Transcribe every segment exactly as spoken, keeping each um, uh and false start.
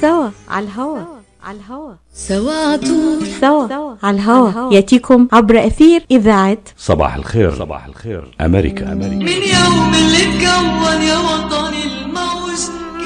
سوا على الهوا على الهوا سوا عطول سوا على الهوا ياتيكم عبر أثير إذاعة صباح الخير. صباح الخير أمريكا أمريكا. من يوم اللي اتكون يا وطني الموج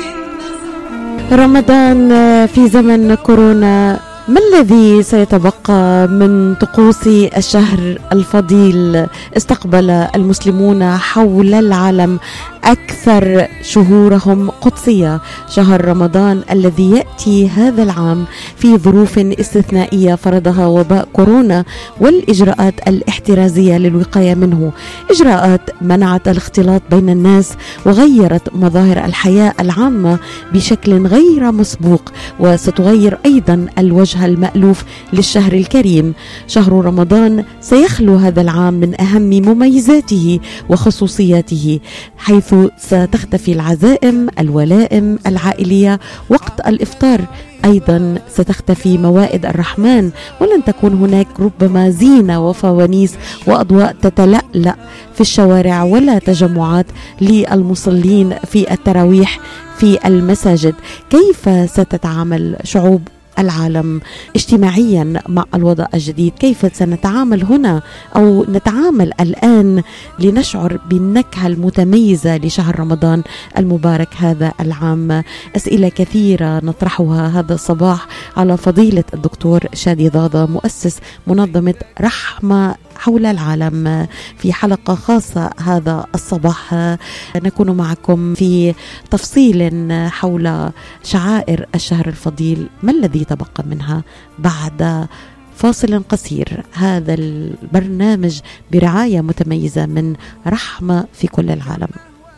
رمضان في زمن كورونا، ما الذي سيتبقى من طقوس الشهر الفضيل؟ استقبل المسلمون حول العالم أكثر شهورهم قدسية، شهر رمضان الذي يأتي هذا العام في ظروف استثنائية فرضها وباء كورونا والإجراءات الاحترازية للوقاية منه، إجراءات منعت الاختلاط بين الناس وغيرت مظاهر الحياة العامة بشكل غير مسبوق، وستغير أيضا الوجه المألوف للشهر الكريم. شهر رمضان سيخلو هذا العام من أهم مميزاته وخصوصياته، حيث ستختفي العزائم، الولائم العائلية، وقت الإفطار أيضا ستختفي موائد الرحمن، ولن تكون هناك ربما زينة وفوانيس وأضواء تتلألأ في الشوارع ولا تجمعات للمصلين في التراويح في المساجد. كيف ستتعامل شعوب العالم اجتماعيا مع الوضع الجديد؟ كيف سنتعامل هنا أو نتعامل الآن لنشعر بالنكهة المتميزة لشهر رمضان المبارك هذا العام؟ أسئلة كثيرة نطرحها هذا الصباح على فضيلة الدكتور شادي ضاضة، مؤسس منظمة رحمة حول العالم، في حلقة خاصة هذا الصباح نكون معكم في تفصيل حول شعائر الشهر الفضيل، ما الذي تبقى منها بعد فاصل قصير. هذا البرنامج برعاية متميزة من رحمة في كل العالم.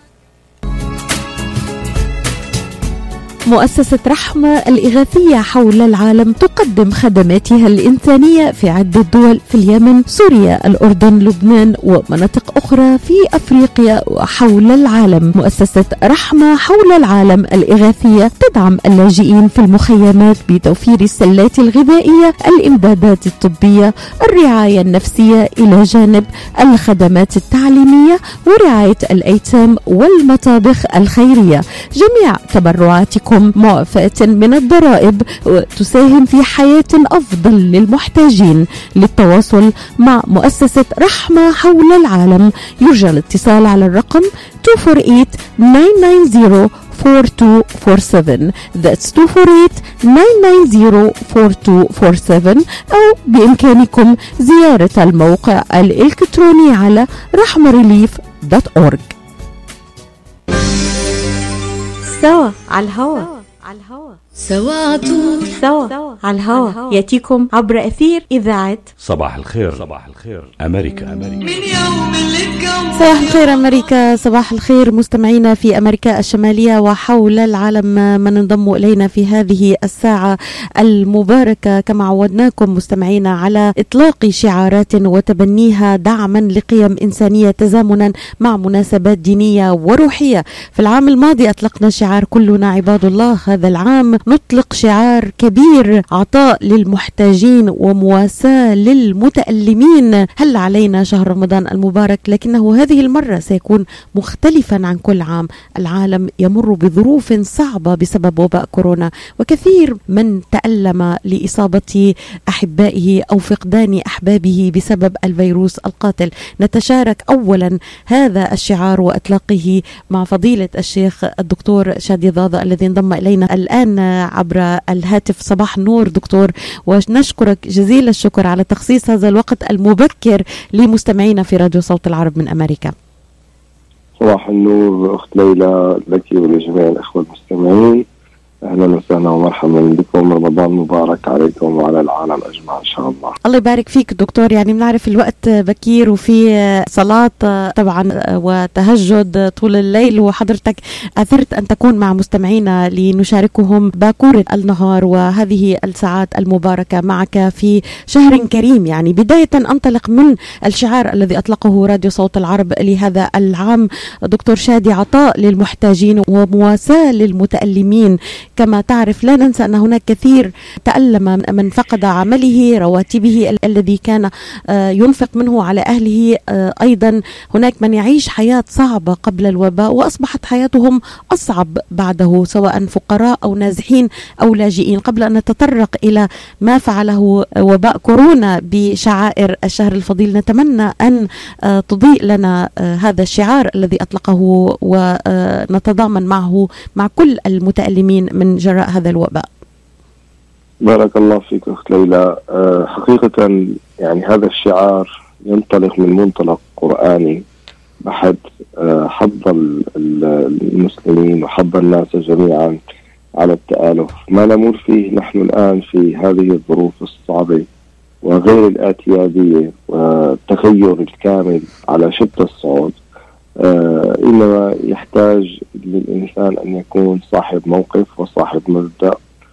مؤسسة رحمة الإغاثية حول العالم تقدم خدماتها الإنسانية في عدة دول في اليمن، سوريا، الأردن، لبنان ومناطق أخرى في أفريقيا وحول العالم. مؤسسة رحمة حول العالم الإغاثية تدعم اللاجئين في المخيمات بتوفير السلات الغذائية، الإمدادات الطبية، الرعاية النفسية، إلى جانب الخدمات التعليمية ورعاية الأيتام والمطابخ الخيرية. جميع تبرعاتكم معفاة من الضرائب وتساهم في حياة أفضل للمحتاجين. للتواصل مع مؤسسة رحمة حول العالم يرجى الاتصال على الرقم two four eight nine nine zero four two four seven. That's two four eight nine nine zero four two four seven. أو بإمكانكم زيارة الموقع الإلكتروني على رحمة ريليف دوت أورج. سوا على الهوا على الهوا سوا عطول سوا على الهوا ياتيكم عبر أثير إذاعة صباح الخير. صباح الخير أمريكا أمريكا. من يوم اللي اتكون صباح الخير أمريكا، صباح الخير مستمعينا في أمريكا الشمالية وحول العالم من انضموا إلينا في هذه الساعة المباركة. كما عودناكم مستمعينا على إطلاق شعارات وتبنيها دعما لقيم إنسانية تزامنا مع مناسبات دينية وروحية. في العام الماضي أطلقنا شعار كلنا عباد الله، هذا العام نطلق شعار كبير، عطاء للمحتاجين ومواساة للمتألمين. هل علينا شهر رمضان المبارك، لكنه هذه المرة سيكون مختلفا عن كل عام. العالم يمر بظروف صعبة بسبب وباء كورونا، وكثير من تألم لإصابة أحبائه أو فقدان أحبابه بسبب الفيروس القاتل. نتشارك أولا هذا الشعار وإطلاقه مع فضيلة الشيخ الدكتور شادي ضاضة الذي انضم إلينا الآن عبر الهاتف. صباح النور دكتور، ونشكرك جزيل الشكر على تخصيص هذا الوقت المبكر لمستمعينا في راديو صوت العرب من أمريكا. صباح النور أخت ليلى لك ولجميع الأخوة المستمعين، أهلا وسهلا ومرحبا بكم، رمضان مبارك عليكم وعلى العالم أجمع إن شاء الله. الله يبارك فيك دكتور. يعني بنعرف الوقت بكير وفي صلاة طبعا وتهجد طول الليل، وحضرتك أثرت أن تكون مع مستمعينا لنشاركهم باكورة النهار وهذه الساعات المباركة معك في شهر كريم. يعني بداية أنطلق من الشعار الذي أطلقه راديو صوت العرب لهذا العام دكتور شادي، عطاء للمحتاجين ومواساة للمتألمين. كما تعرف لا ننسى أن هناك كثير تألم من فقد عمله، رواتبه الذي كان ينفق منه على أهله. أيضا هناك من يعيش حياة صعبة قبل الوباء وأصبحت حياتهم أصعب بعده، سواء فقراء أو نازحين أو لاجئين. قبل أن نتطرق إلى ما فعله وباء كورونا بشعائر الشهر الفضيل، نتمنى أن تضيء لنا هذا الشعار الذي أطلقه ونتضامن معه مع كل المتألمين من جراء هذا الوباء. بارك الله فيك أخت ليلى. حقيقة يعني هذا الشعار ينطلق من منطلق قرآني بحث، حض المسلمين وحض الناس جميعا على التآلف. ما نمر فيه نحن الآن في هذه الظروف الصعبة وغير الاعتيادية والتغير الكامل على شتى الصعود، إنما يحتاج للإنسان أن يكون صاحب موقف وصاحب مبدأ،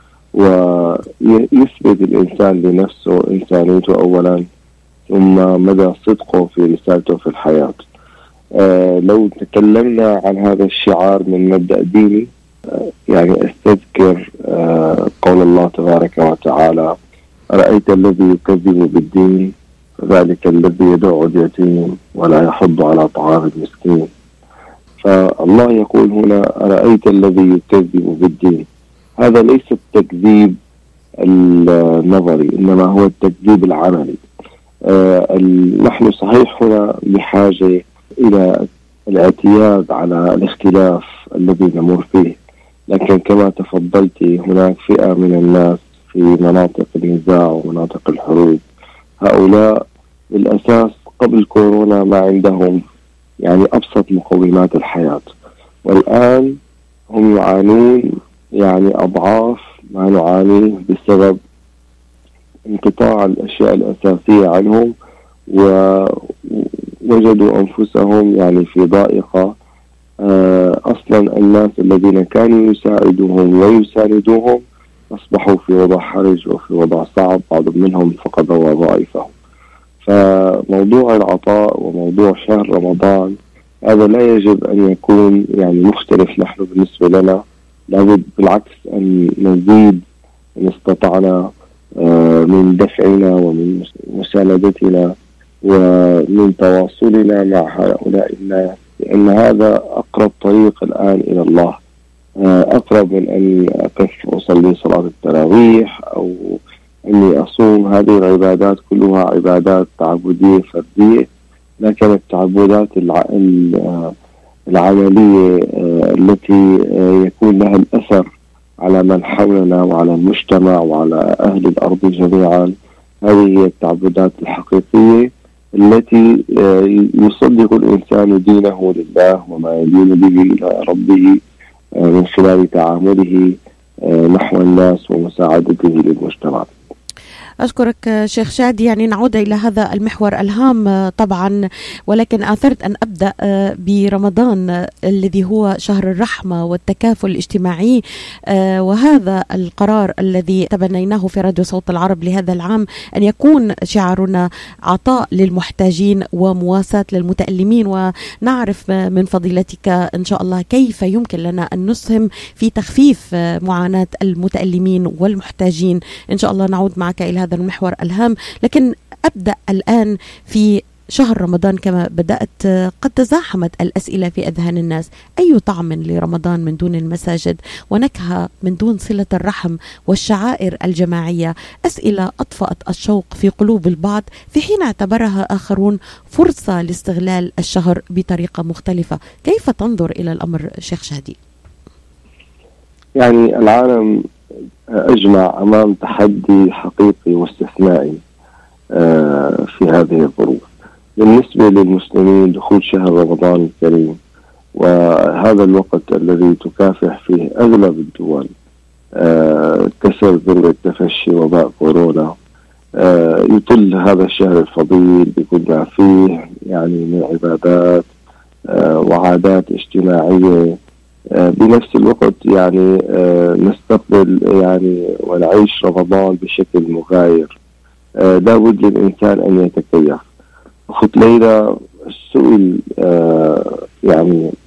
ويثبت الإنسان لنفسه إنسانيته أولا، ثم مدى صدقه في رسالته في الحياة. آه لو تكلمنا عن هذا الشعار من مبدأ ديني، آه يعني أستذكر آه قول الله تبارك وتعالى: أرأيت الذي يكذب بالدين فذلك الذي يدعو اليتيم ولا يحض على طعام المسكين. فالله يقول هنا: أرأيت الذي يكذب بالدين. هذا ليس التكذيب النظري، إنما هو التكذيب العملي. آه نحن صحيح هنا بحاجة إلى الاعتياد على الاختلاف الذي نمر فيه، لكن كما تفضلت هناك فئة من الناس في مناطق النزاع ومناطق الحروب، هؤلاء بالأساس قبل كورونا ما عندهم يعني أبسط مقومات الحياة، والآن هم يعانون يعني أضعاف ما نعانيه بسبب انقطاع الأشياء الأساسية عنهم، ووجدوا أنفسهم يعني في ضائقة. أصلا الناس الذين كانوا يساعدوهم ويساندوهم أصبحوا في وضع حرج وفي وضع صعب، بعض منهم فقدوا وظائفهم. فموضوع العطاء وموضوع شهر رمضان هذا لا يجب أن يكون يعني مختلف نحن بالنسبة لنا، لابد بالعكس أن نزيد إن استطعنا من دفعنا ومن مساندتنا ومن تواصلنا مع هؤلاء الناس، لأن هذا أقرب طريق الآن إلى الله، أقرب من أن أقف وأصلي صلاة التراويح أو أني أصوم. هذه العبادات كلها عبادات تعبدية فردية، لكن التعبدات العملية التي يكون لها الأثر على من حولنا وعلى المجتمع وعلى أهل الأرض جميعا، هذه هي التعبدات الحقيقية التي يصدق الإنسان دينه لله وما يدين به إلى ربه من خلال تعامله نحو الناس ومساعدته للمجتمع. أشكرك شيخ شادي. يعني نعود إلى هذا المحور الهام طبعا، ولكن آثرت أن أبدأ برمضان الذي هو شهر الرحمة والتكافل الاجتماعي، وهذا القرار الذي تبنيناه في راديو صوت العرب لهذا العام أن يكون شعارنا عطاء للمحتاجين ومواساة للمتألمين. ونعرف من فضيلتك إن شاء الله كيف يمكن لنا أن نسهم في تخفيف معاناة المتألمين والمحتاجين. إن شاء الله نعود معك إلى هذا المحور الهام، لكن أبدأ الآن في شهر رمضان. كما بدأت قد تزاحمت الأسئلة في أذهان الناس: أي طعم لرمضان من دون المساجد، ونكهة من دون صلة الرحم والشعائر الجماعية؟ أسئلة أطفأت الشوق في قلوب البعض، في حين اعتبرها آخرون فرصة لاستغلال الشهر بطريقة مختلفة. كيف تنظر إلى الأمر شيخ شادي؟ يعني العالم أجمع أمام تحدي حقيقي واستثنائي في هذه الظروف. بالنسبة للمسلمين دخول شهر رمضان الكريم، وهذا الوقت الذي تكافح فيه أغلب الدول كسر ذروة تفشي وباء كورونا، يطل هذا الشهر الفضيل بكل ما فيه يعني من عبادات وعادات اجتماعية. بنفس الوقت يعني نستقبل يعني ونعيش رمضان بشكل مغاير. لابد للإنسان أن يتكيف. أخت ليلى، السؤال يعني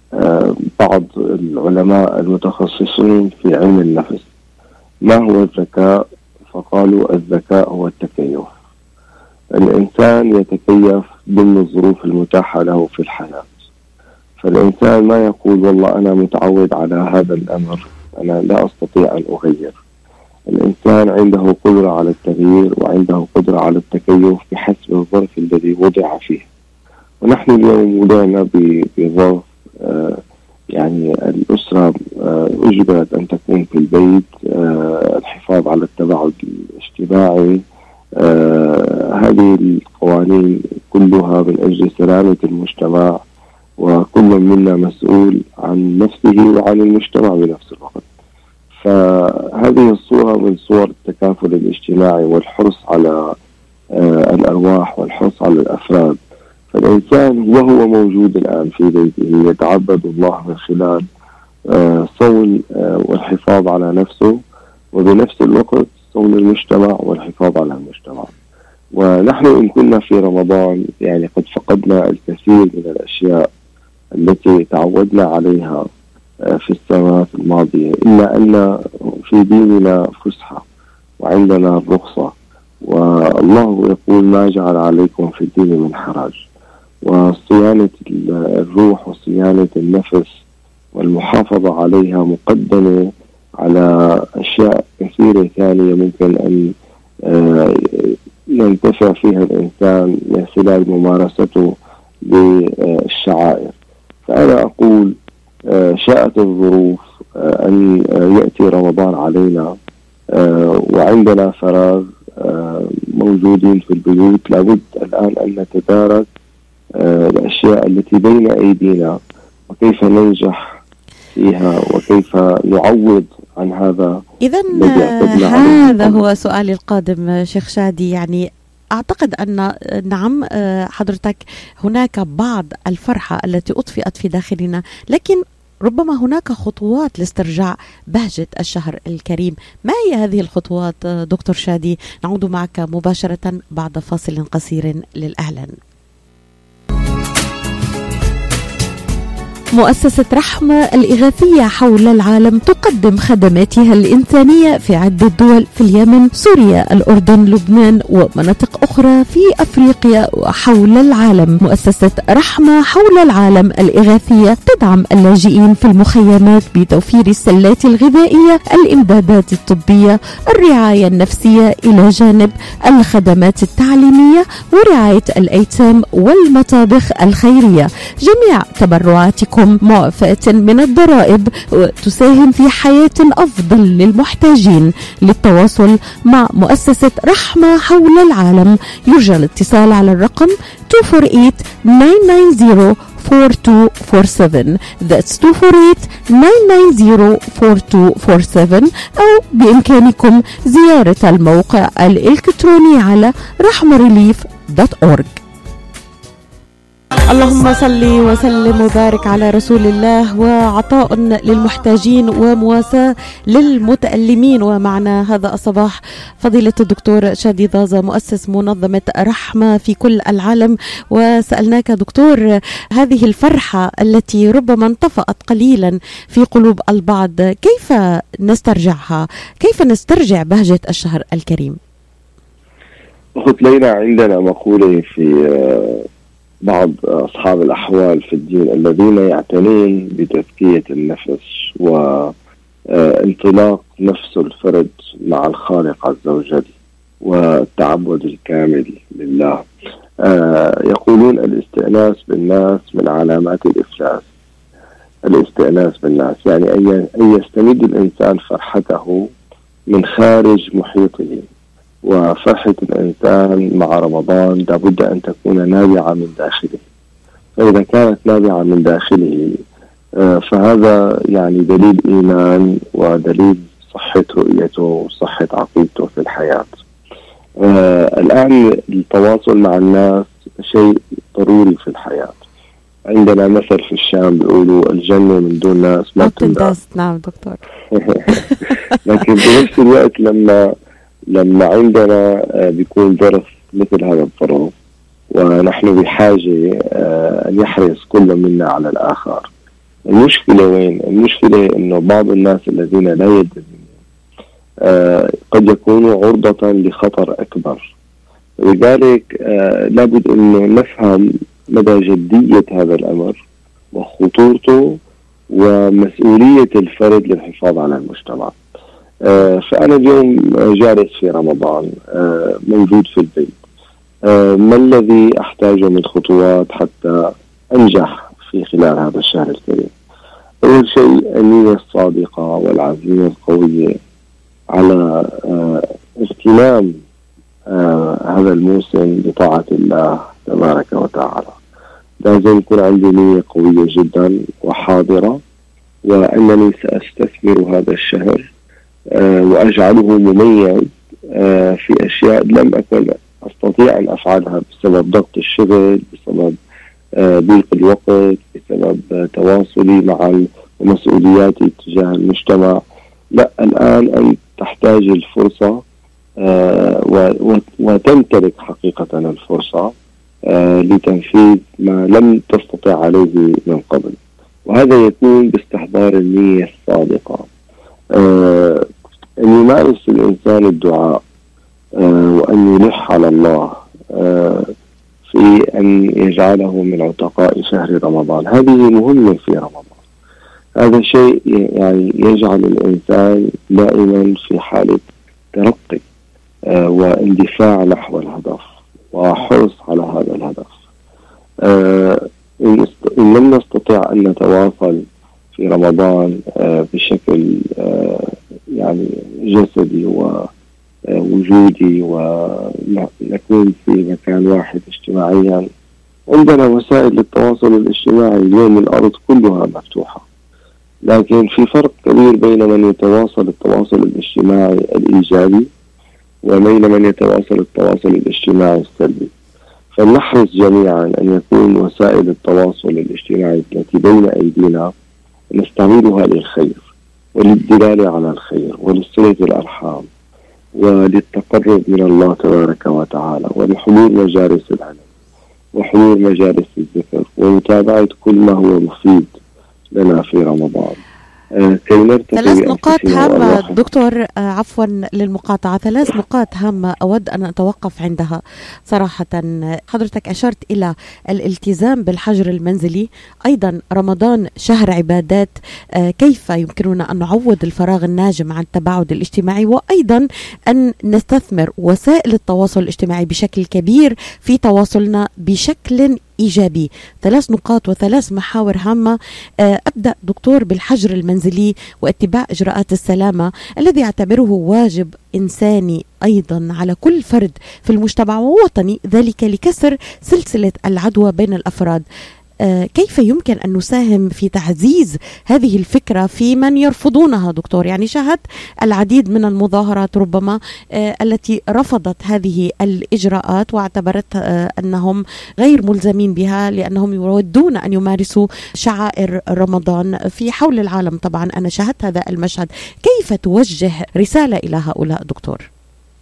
بعض العلماء المتخصصين في علم النفس ما هو الذكاء، فقالوا الذكاء هو التكيف. الإنسان يتكيف ضمن الظروف المتاحة له في الحياة، فالإنسان ما يقول والله أنا متعود على هذا الأمر، أنا لا أستطيع أن أغير. الإنسان عنده قدرة على التغيير وعنده قدرة على التكيف بحسب الظرف الذي وضع فيه. ونحن اليوم وضعنا بظرف آه يعني الأسرة آه أجبرت أن تكون في البيت، آه الحفاظ على التباعد الاجتماعي، آه هذه القوانين كلها من أجل سلامة المجتمع، وكل منا مسؤول عن نفسه وعن المجتمع بنفس الوقت. فهذه الصورة من صور التكافل الاجتماعي والحرص على آه الأرواح والحرص على الأفراد. فالإنسان وهو موجود الآن في بيته يتعبد الله من خلال آه صون آه والحفاظ على نفسه، وبنفس الوقت صون المجتمع والحفاظ على المجتمع. ونحن إن كنا في رمضان يعني قد فقدنا الكثير من الأشياء التي تعودنا عليها في السنوات الماضية، إلا أن في ديننا فسحة وعندنا الرخصة، والله يقول ما جعل عليكم في الدين من حرج. وصيانة الروح وصيانة النفس والمحافظة عليها مقدمة على أشياء كثيرة ثانية ممكن أن ينتفع فيها الإنسان من خلال ممارسته للشعائر. فأنا أقول شاءت الظروف أن يأتي رمضان علينا وعندنا فراغ موجودين في البيوت، لابد الآن أن نتدارك الأشياء التي بين أيدينا وكيف ننجح فيها وكيف نعوض عن هذا. إذن هذا هو سؤالي القادم شيخ شادي. يعني أعتقد أن نعم حضرتك هناك بعض الفرحة التي أطفئت في داخلنا، لكن ربما هناك خطوات لاسترجاع بهجة الشهر الكريم. ما هي هذه الخطوات دكتور شادي؟ نعود معك مباشرة بعد فاصل قصير للإعلان. مؤسسة رحمة الإغاثية حول العالم تقدم خدماتها الإنسانية في عدة دول في اليمن، سوريا، الأردن، لبنان ومناطق أخرى في أفريقيا وحول العالم. مؤسسة رحمة حول العالم الإغاثية تدعم اللاجئين في المخيمات بتوفير السلات الغذائية، الإمدادات الطبية، الرعاية النفسية، إلى جانب الخدمات التعليمية ورعاية الأيتام والمطابخ الخيرية. جميع تبرعاتكم معفاة من الضرائب وتساهم في حياة أفضل للمحتاجين. للتواصل مع مؤسسة رحمة حول العالم يرجى الاتصال على الرقم two four eight nine nine zero four two four seven. That's two four eight nine nine zero four two four seven. أو بإمكانكم زيارة الموقع الإلكتروني على رحمة ريليف دوت أورج. اللهم صل وسلم وبارك على رسول الله، وعطاء للمحتاجين ومواساة للمتألمين. ومعنا هذا الصباح فضيلة الدكتور شادي ضازة مؤسس منظمة رحمة في كل العالم. وسألناك دكتور، هذه الفرحة التي ربما انطفأت قليلا في قلوب البعض كيف نسترجعها؟ كيف نسترجع بهجة الشهر الكريم؟ أخت ليلى، عندنا مقولة في بعض أصحاب الأحوال في الدين الذين يعتنون بتزكية النفس وانطلاق نفس الفرد مع الخالق عز وجل والتعبد الكامل لله، يقولون الاستئناس بالناس من علامات الإفلاس. الاستئناس بالناس يعني أن يستمد الإنسان فرحته من خارج محيطه، وفرحة الإنسان مع رمضان لابد أن تكون نابعة من داخله. فإذا كانت نابعة من داخله فهذا يعني دليل إيمان ودليل صحة رؤيته وصحة عقيدته في الحياة. الآن التواصل مع الناس شيء ضروري في الحياة. عندنا مثل في الشام بيقولوا الجنة من دون ناس ما تنداس. نعم دكتور. لكن بنفس الوقت لما لما عندنا بيكون ظرف مثل هذا الظرف ونحن بحاجة أن يحرص كل منا على الآخر، المشكلة وين؟ المشكلة إنه بعض الناس الذين لا يلتزمون آه قد يكونوا عرضة لخطر أكبر. لذلك آه لابد إنه نفهم مدى جدية هذا الأمر وخطورته ومسؤولية الفرد للحفاظ على المجتمع. آه فأنا اليوم جالس في رمضان، آه موجود في البيت. آه ما الذي أحتاجه من خطوات حتى أنجح في خلال هذا الشهر الكريم؟ أول شيء النية الصادقة والعزيمة القوية على آه اغتنام آه هذا الموسم بطاعة الله تبارك وتعالى. لازم يكون عندي نية قوية جدا وحاضرة، وأنني سأستثمر هذا الشهر آه وأجعله مميز آه في أشياء لم أكن أستطيع أن أفعلها بسبب ضغط الشغل، بسبب آه ضيق الوقت، بسبب آه تواصلي مع مسؤولياتي تجاه المجتمع. لا، الآن أن تحتاج الفرصة آه وتمتلك حقيقة الفرصة آه لتنفيذ ما لم تستطع عليه من قبل، وهذا يكون باستحضار النية الصادقة. آه أن يمارس الإنسان الدعاء آه وأن يلح على الله آه في أن يجعله من عتقاء شهر رمضان. هذه مهمة في رمضان. هذا شيء يعني يجعل الإنسان دائما في حالة ترقي آه واندفاع نحو الهدف وحرص على هذا الهدف. آه إن لم نستطيع أن نتواصل في رمضان آه بشكل آه يعني جسدي ووجودي ونكون في مكان واحد اجتماعيا، عندنا وسائل للتواصل الاجتماعي اليوم الأرض كلها مفتوحة، لكن في فرق كبير بين من يتواصل التواصل الاجتماعي الإيجابي وبين من يتواصل التواصل الاجتماعي السلبي. فلنحرص جميعا أن يكون وسائل التواصل الاجتماعي التي بين أيدينا نستعملها للخير وللدلالة على الخير ولصلة الأرحام وللتقرب من الله تبارك وتعالى ولحضور مجالس العلم وحضور مجالس الذكر ومتابعة كل ما هو مفيد لنا في رمضان. ثلاث نقاط هامة دكتور، عفوا للمقاطعة، ثلاث نقاط هامة أود أن أتوقف عندها صراحة. حضرتك أشرت إلى الالتزام بالحجر المنزلي، أيضا رمضان شهر عبادات، كيف يمكننا أن نعوض الفراغ الناجم عن التباعد الاجتماعي، وأيضا أن نستثمر وسائل التواصل الاجتماعي بشكل كبير في تواصلنا بشكل إيجابي. ثلاث نقاط وثلاث محاور هامة. أبدأ دكتور بالحجر المنزلي واتباع إجراءات السلامة الذي أعتبره واجب إنساني أيضا على كل فرد في المجتمع ووطني، ذلك لكسر سلسلة العدوى بين الأفراد. كيف يمكن أن نساهم في تعزيز هذه الفكرة في من يرفضونها دكتور؟ يعني شاهدت العديد من المظاهرات ربما التي رفضت هذه الإجراءات واعتبرت أنهم غير ملزمين بها لأنهم يودون أن يمارسوا شعائر رمضان في حول العالم. طبعا أنا شاهدت هذا المشهد. كيف توجه رسالة إلى هؤلاء دكتور؟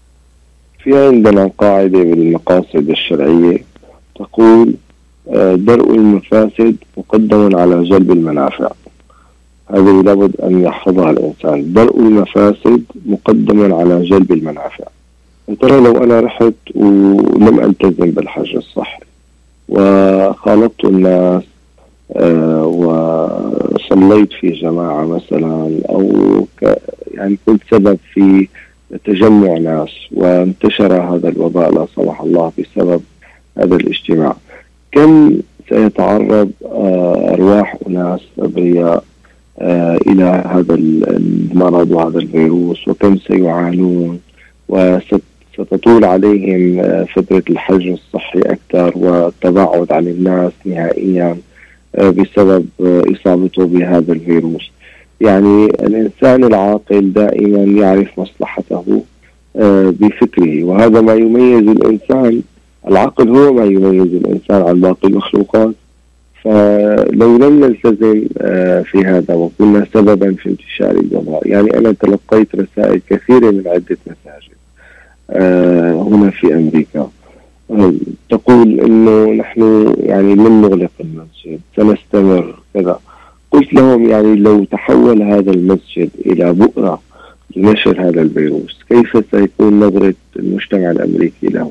في عندنا قاعدة بالمقاصد الشرعية تقول درء المفاسد مقدم على جلب المنافع. هذه لابد أن يحفظها الإنسان. درء المفاسد مقدم على جلب المنافع. ترى لو أنا رحت ولم ألتزم بالحجر الصحي وخالطت الناس آه وصليت في جماعة مثلا، أو يعني كنت سبب في تجمع ناس وانتشر هذا الوباء لا سمح الله بسبب هذا الاجتماع، كم سيتعرض أرواح أناس أبرياء إلى هذا المرض وهذا الفيروس، وكم سيعانون وستطول عليهم فترة الحجر الصحي أكثر والتباعد عن الناس نهائيا بسبب إصابته بهذا الفيروس. يعني الإنسان العاقل دائما يعرف مصلحته بفكره، وهذا ما يميز الإنسان. العقل هو ما يميز الإنسان عن باقي المخلوقات. فلو لم نلتزم في هذا وكنا سببا في انتشار الوباء، يعني أنا تلقيت رسائل كثيرة من عدة مساجد هنا في أمريكا تقول إنه نحن يعني لن نغلق المسجد، سنستمر كذا. قلت لهم يعني لو تحول هذا المسجد إلى بؤرة لنشر هذا الفيروس، كيف سيكون نظرة المجتمع الأمريكي له؟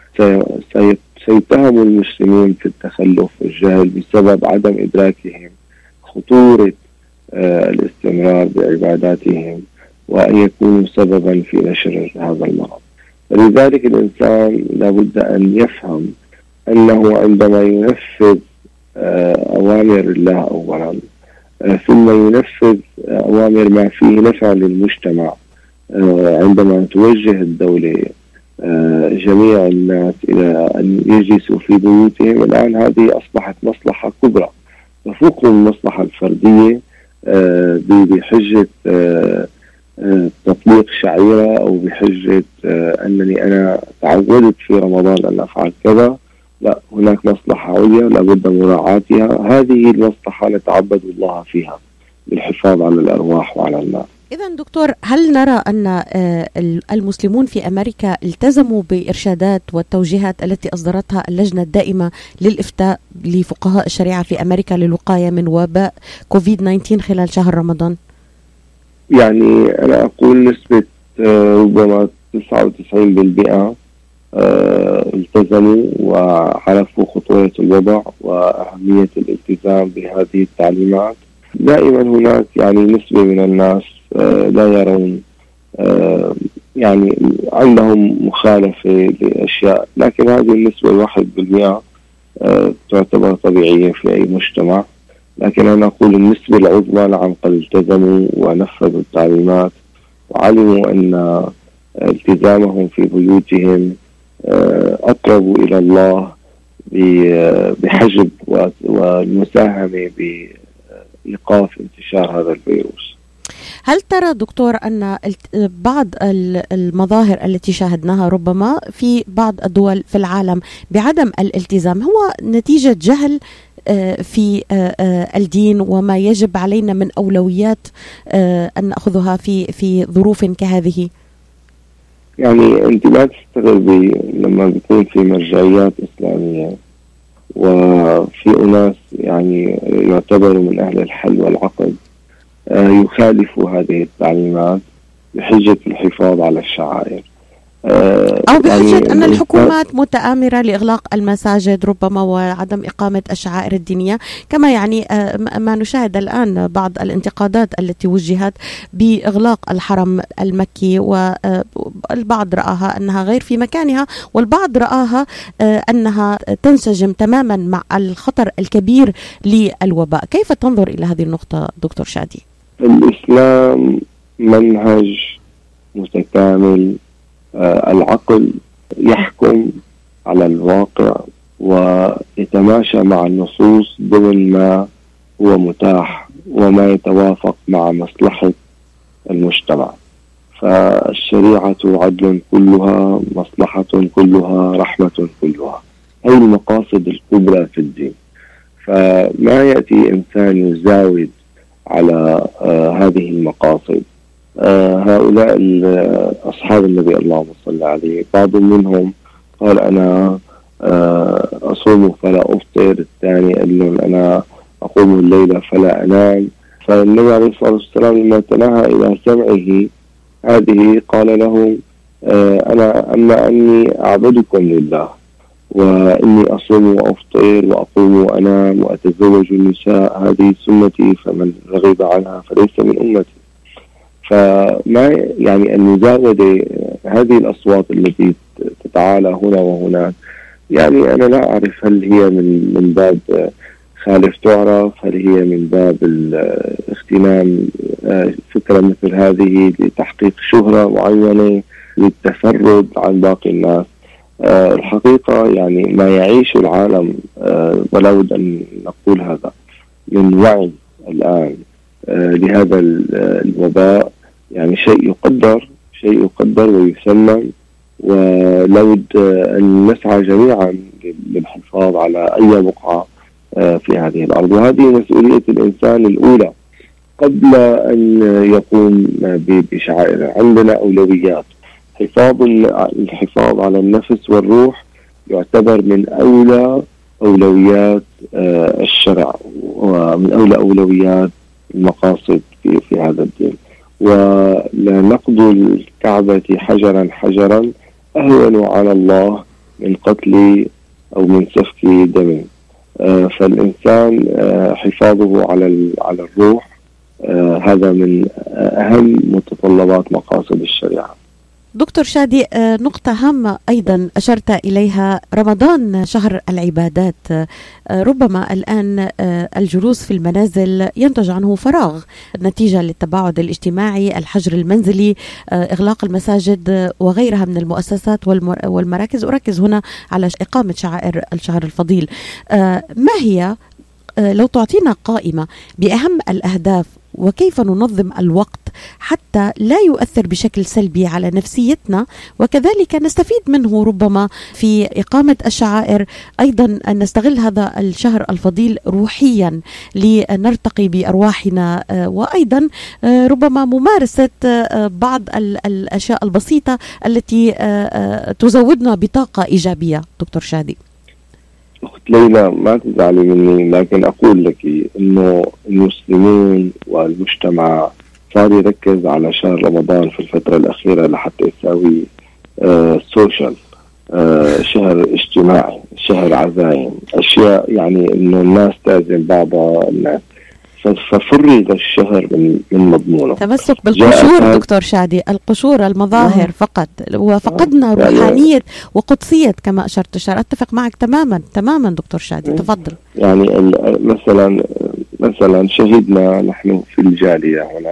سيتهم المسلمون في التخلف والجهل بسبب عدم إدراكهم خطورة آه الاستمرار بعباداتهم، وأن يكونوا سببا في نشر هذا المرض. لذلك الإنسان لابد أن يفهم أنه عندما ينفذ آه أوامر الله أولا، آه ثم ينفذ آه أوامر ما فيه نفع للمجتمع، آه عندما توجه الدولة آه جميع الناس إلى أن يجلسوا في بيوتهم، الآن هذه أصبحت مصلحة كبرى تفوق المصلحة الفردية آه بحجة آه آه تطبيق شعيرة، أو بحجة آه أنني أنا تعودت في رمضان أن أفعل كذا. لا، هناك مصلحة عليا لابد مراعاتها، هذه المصلحة نتعبد الله فيها بالحفاظ على الأرواح وعلى المال. إذا دكتور، هل نرى أن المسلمون في أمريكا التزموا بإرشادات والتوجيهات التي أصدرتها اللجنة الدائمة للإفتاء لفقهاء الشريعة في أمريكا للوقاية من وباء كوفيد تسعة عشر خلال شهر رمضان؟ يعني أنا أقول نسبة ربما تسعة وتسعين بالمئة التزموا وعرفوا خطورة الوضع وأهمية الالتزام بهذه التعليمات. دائما هناك يعني نسبة من الناس لا يرون، يعني عندهم مخالفة لأشياء، لكن هذه النسبة الواحد بالمئة تعتبر طبيعية في أي مجتمع. لكن أنا أقول النسبة العظمى نعم قد التزموا ونفذوا التعليمات وعلموا أن التزامهم في بيوتهم أقرب إلى الله بحجب والمساهمة بإيقاف انتشار هذا الفيروس. هل ترى دكتور أن بعض المظاهر التي شاهدناها ربما في بعض الدول في العالم بعدم الالتزام هو نتيجة جهل في الدين وما يجب علينا من أولويات أن نأخذها في في ظروف كهذه؟ يعني أنت لا تستغربي لما بيكون في مرجعيات إسلامية وفي أناس يعني يعتبروا من أهل الحل والعقد يخالفوا هذه التعليمات بحجة الحفاظ على الشعائر، أو بحجة يعني أن الحكومات متآمرة لإغلاق المساجد ربما وعدم إقامة الشعائر الدينية، كما يعني ما نشاهد الآن بعض الانتقادات التي وجهت بإغلاق الحرم المكي، والبعض رآها أنها غير في مكانها، والبعض رآها أنها تنسجم تماما مع الخطر الكبير للوباء. كيف تنظر إلى هذه النقطة دكتور شادي؟ الإسلام منهج متكامل، آه العقل يحكم على الواقع ويتماشى مع النصوص ضمن ما هو متاح وما يتوافق مع مصلحة المجتمع. فالشريعة عدل كلها، مصلحة كلها، رحمة كلها، هي المقاصد الكبرى في الدين. فما يأتي إنسان يزاود على آه هذه المقاصد. آه هؤلاء أصحاب النبي اللهم صل عليه، بعض منهم قال أنا آه أصوم فلا أفطر، الثاني قال لهم أنا أقوم الليل فلا أنام. فالنبي عليه الصلاة والسلام لما تناهى إلى سمعه هذه قال لهم آه أنا أما أني أعبدكم لله، وإني أصوم وأفطر وأقوم وأنام وأتزوج النساء، هذه سنتي فمن رغب عنها فليس من أمتي. فما يعني المزاودة هذه الأصوات التي تتعالى هنا وهناك، يعني أنا لا أعرف هل هي من من باب خالف تعرف، هل هي من باب الاغتنام فكرة مثل هذه لتحقيق شهرة معينة للتفرد عن باقي الناس. أه الحقيقة يعني ما يعيش العالم أه ولا بد أن نقول هذا من وعي الآن أه لهذا الوباء، يعني شيء يقدر شيء يقدر ويثمن، ولا بد أن نسعى جميعا للحفاظ على أي بقعة أه في هذه الأرض، وهذه مسؤولية الإنسان الأولى قبل أن يقوم بشعائر. عندنا أولويات، حفاظ الحفاظ على النفس والروح يعتبر من أولى أولويات الشرع ومن أولى أولويات المقاصد في, في هذا الدين. ولنقض الكعبة حجرا حجرا أهون على الله من قتل أو من سفك دم. فالإنسان حفاظه على على الروح هذا من أهم متطلبات مقاصد الشريعة. دكتور شادي، نقطة هامة أيضا أشرت إليها، رمضان شهر العبادات. ربما الآن الجلوس في المنازل ينتج عنه فراغ نتيجة للتباعد الاجتماعي، الحجر المنزلي، إغلاق المساجد وغيرها من المؤسسات والمراكز. أركز هنا على إقامة شعائر الشهر الفضيل. ما هي، لو تعطينا قائمة بأهم الأهداف وكيف ننظم الوقت حتى لا يؤثر بشكل سلبي على نفسيتنا، وكذلك نستفيد منه ربما في إقامة الشعائر، أيضا أن نستغل هذا الشهر الفضيل روحيا لنرتقي بأرواحنا، وأيضا ربما ممارسة بعض الأشياء البسيطة التي تزودنا بطاقة إيجابية. دكتور شادي. أخت ليلى، ما تزعلي مني، لكن أقول لك إنه المسلمون والمجتمع صار يركز على شهر رمضان في الفترة الأخيرة لحتى يساوي آه سوشيال، آه شهر اجتماعي، شهر عزايم، أشياء يعني إنه الناس تعزم بعضها الناس، ففرغ الشهر من من مضمونه. تمسك بالقشور دكتور شادي، القشور، المظاهر آه. فقط، وفقدنا آه. روحانية يعني وقدسية كما أشرت الشهر. أتفق معك تماما تماما دكتور شادي. آه. تفضل. يعني مثلا مثلا شهدنا نحن في الجالية هنا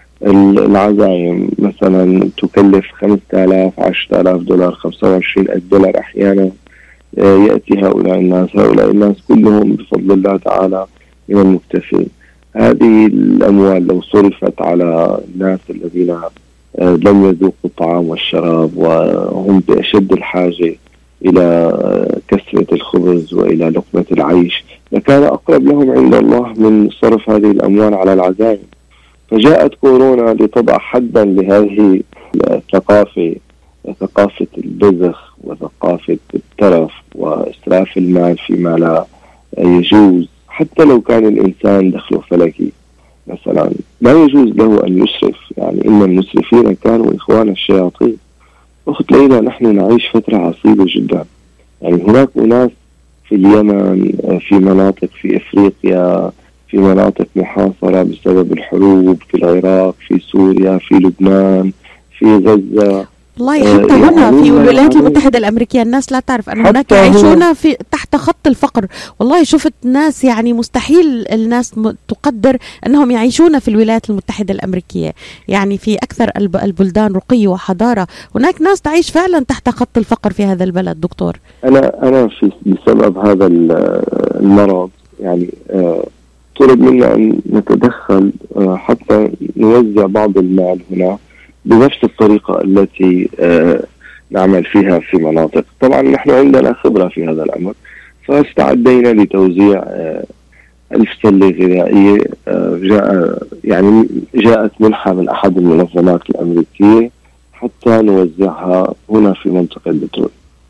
العزايم مثلا تكلف خمسة آلاف عشرة آلاف دولار، خمسة وعشرين ألف دولار أحيانا. يأتي هؤلاء الناس هؤلاء الناس كلهم بفضل الله تعالى من المكتفين. هذه الأموال لو صرفت على الناس الذين لم يذوقوا الطعام والشراب وهم بأشد الحاجة إلى كسرة الخبز وإلى لقمة العيش، لكان أقرب لهم عند الله من صرف هذه الأموال على العزائم. فجاءت كورونا لتضع حدا لهذه الثقافة، ثقافة البذخ وثقافة الترف وإسراف المال فيما لا يجوز. حتى لو كان الإنسان دخله فلكي مثلا، لا يجوز له أن يسرف، يعني إن المسرفين كانوا إخوان الشياطين. أخت ليلى، نحن نعيش فترة عصيبة جدا. يعني هناك أناس في اليمن، في مناطق في إفريقيا، في مناطق محاصرة بسبب الحروب، في العراق، في سوريا، في لبنان، في غزة. والله حتى آه هنا يعني في الولايات المتحدة الأمريكية الناس لا تعرف أن هناك يعيشون في تحت خط الفقر. والله شفت ناس يعني مستحيل الناس تقدر أنهم يعيشون في الولايات المتحدة الأمريكية، يعني في أكثر البلدان رقي وحضارة هناك ناس تعيش فعلا تحت خط الفقر في هذا البلد. دكتور، أنا أنا في بسبب هذا المرض يعني آه طلب منا أن نتدخل آه حتى نوزع بعض المال هنا بنفس الطريقة التي آه نعمل فيها في مناطق. طبعا نحن عندنا خبرة في هذا الأمر، فاستعدينا لتوزيع آه ألف سلة غذائية. آه جاء يعني جاءت منحة من أحد المنظمات الأمريكية حتى نوزعها هنا في منطقة ديترويت.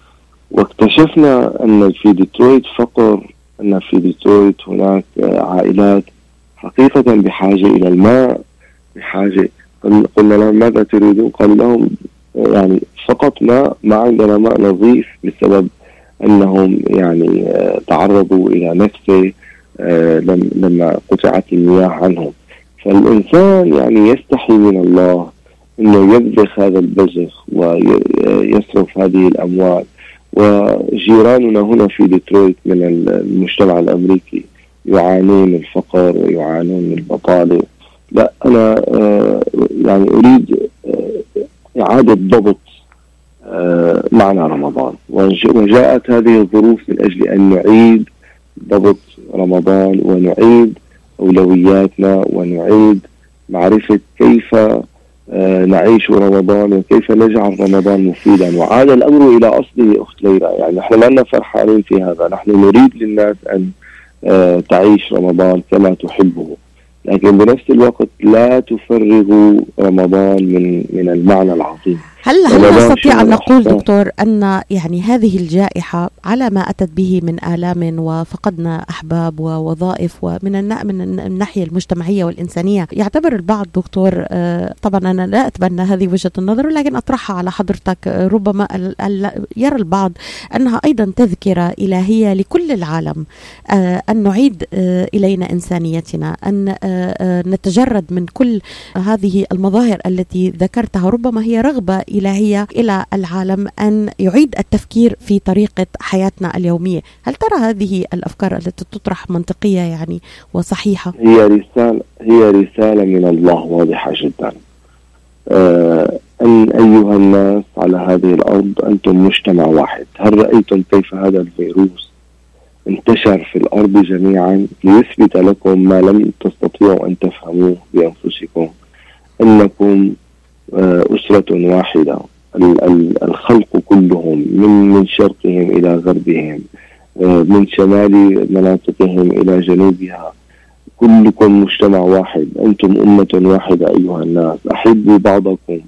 واكتشفنا أن في ديترويت فقر، أن في ديترويت هناك آه عائلات حقيقة بحاجة إلى الماء، بحاجة. قلنا لهم ماذا تريدون؟ قال لهم يعني فقط ماء، ما عندنا ماء نظيف بسبب أنهم يعني تعرضوا إلى نكسة لما قطعت المياه عنهم. فالإنسان يعني يستحي من الله أنه يبذخ هذا البذخ ويصرف هذه الأموال. وجيراننا هنا في ديترويت من المجتمع الأمريكي يعانون الفقر ويعانون من البطالة. لا، أنا آه يعني أريد آه إعادة ضبط آه معنى رمضان، وجاءت هذه الظروف من أجل أن نعيد ضبط رمضان ونعيد أولوياتنا ونعيد معرفة كيف آه نعيش رمضان وكيف نجعل رمضان مفيدا. وعاد الأمر إلى أصله أخت ليلى، يعني نحن لنا فرحانين في هذا. نحن نريد للناس أن آه تعيش رمضان كما تحبه، لكن بنفس الوقت لا تفرغوا رمضان من من المعنى العظيم. هل هل نستطيع أن نقول دكتور أن يعني هذه الجائحة على ما أتت به من آلام وفقدنا أحباب ووظائف ومن من الناحية المجتمعية والإنسانية، يعتبر البعض دكتور، طبعا أنا لا أتبنى هذه وجهة النظر لكن أطرحها على حضرتك، ربما يرى البعض أنها أيضا تذكرة إلهية لكل العالم أن نعيد إلينا إنسانيتنا، أن نتجرد من كل هذه المظاهر التي ذكرتها. ربما هي رغبة إلهية إلى العالم أن يعيد التفكير في طريقة حياتنا اليومية. هل ترى هذه الأفكار التي تطرح منطقية يعني وصحيحة؟ هي رسالة هي رسالة من الله واضحة جدا، آه أن أيها الناس على هذه الأرض أنتم مجتمع واحد. هل رأيتم كيف هذا الفيروس انتشر في الأرض جميعا ليثبت لكم ما لم تستطيعوا أن تفهموه بأنفسكم، أنكم أسرة واحدة، الخلق كلهم من من شرقهم إلى غربهم، من شمال مناطقهم إلى جنوبها، كلكم مجتمع واحد، أنتم أمة واحدة أيها الناس. أحبوا بعضكم،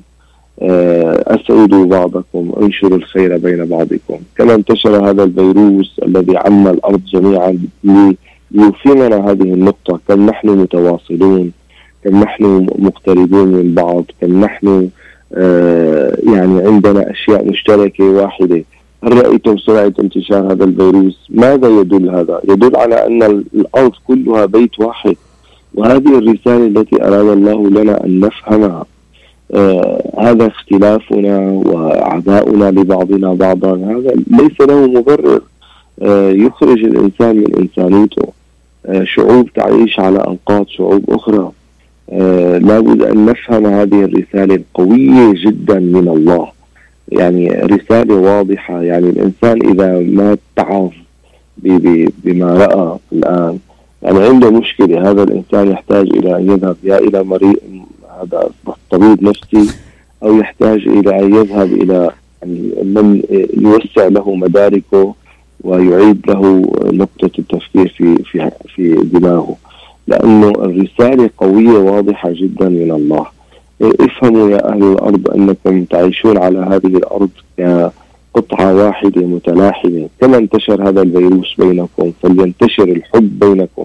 أسعدوا بعضكم، انشروا الخير بين بعضكم. كما انتشر هذا الفيروس الذي عم الأرض جميعا ليفهمنا هذه النقطة، كم نحن متواصلون، كم نحن مقتربون من بعض، كم نحن آه يعني عندنا أشياء مشتركة واحدة. هل رأيتم سرعة انتشار هذا الفيروس؟ ماذا يدل هذا؟ يدل على أن الأرض كلها بيت واحد، وهذه الرسالة التي أراد الله لنا أن نفهمها. آه هذا اختلافنا وعداؤنا لبعضنا بعضا هذا ليس له مبرر آه يخرج الإنسان من إنسانيته. آه شعوب تعيش على أنقاض شعوب أخرى. آه لابد أن نفهم هذه الرسالة القوية جدا من الله، يعني رسالة واضحة. يعني الإنسان إذا ما اتعظ بما رأى الآن يعني عنده مشكلة، هذا الإنسان يحتاج إلى أن يذهب يا إلى مريض هذا طبيب نفسي، أو يحتاج إلى أن يذهب إلى من يوسع له مداركه ويعيد له نقطة التفكير في في في دماغه، لأنه الرسالة قوية واضحة جدا من الله. افهموا يا أهل الأرض أنكم تعيشون على هذه الأرض كقطعة واحدة متلاحمة. كما انتشر هذا الفيروس بينكم فلينتشر الحب بينكم،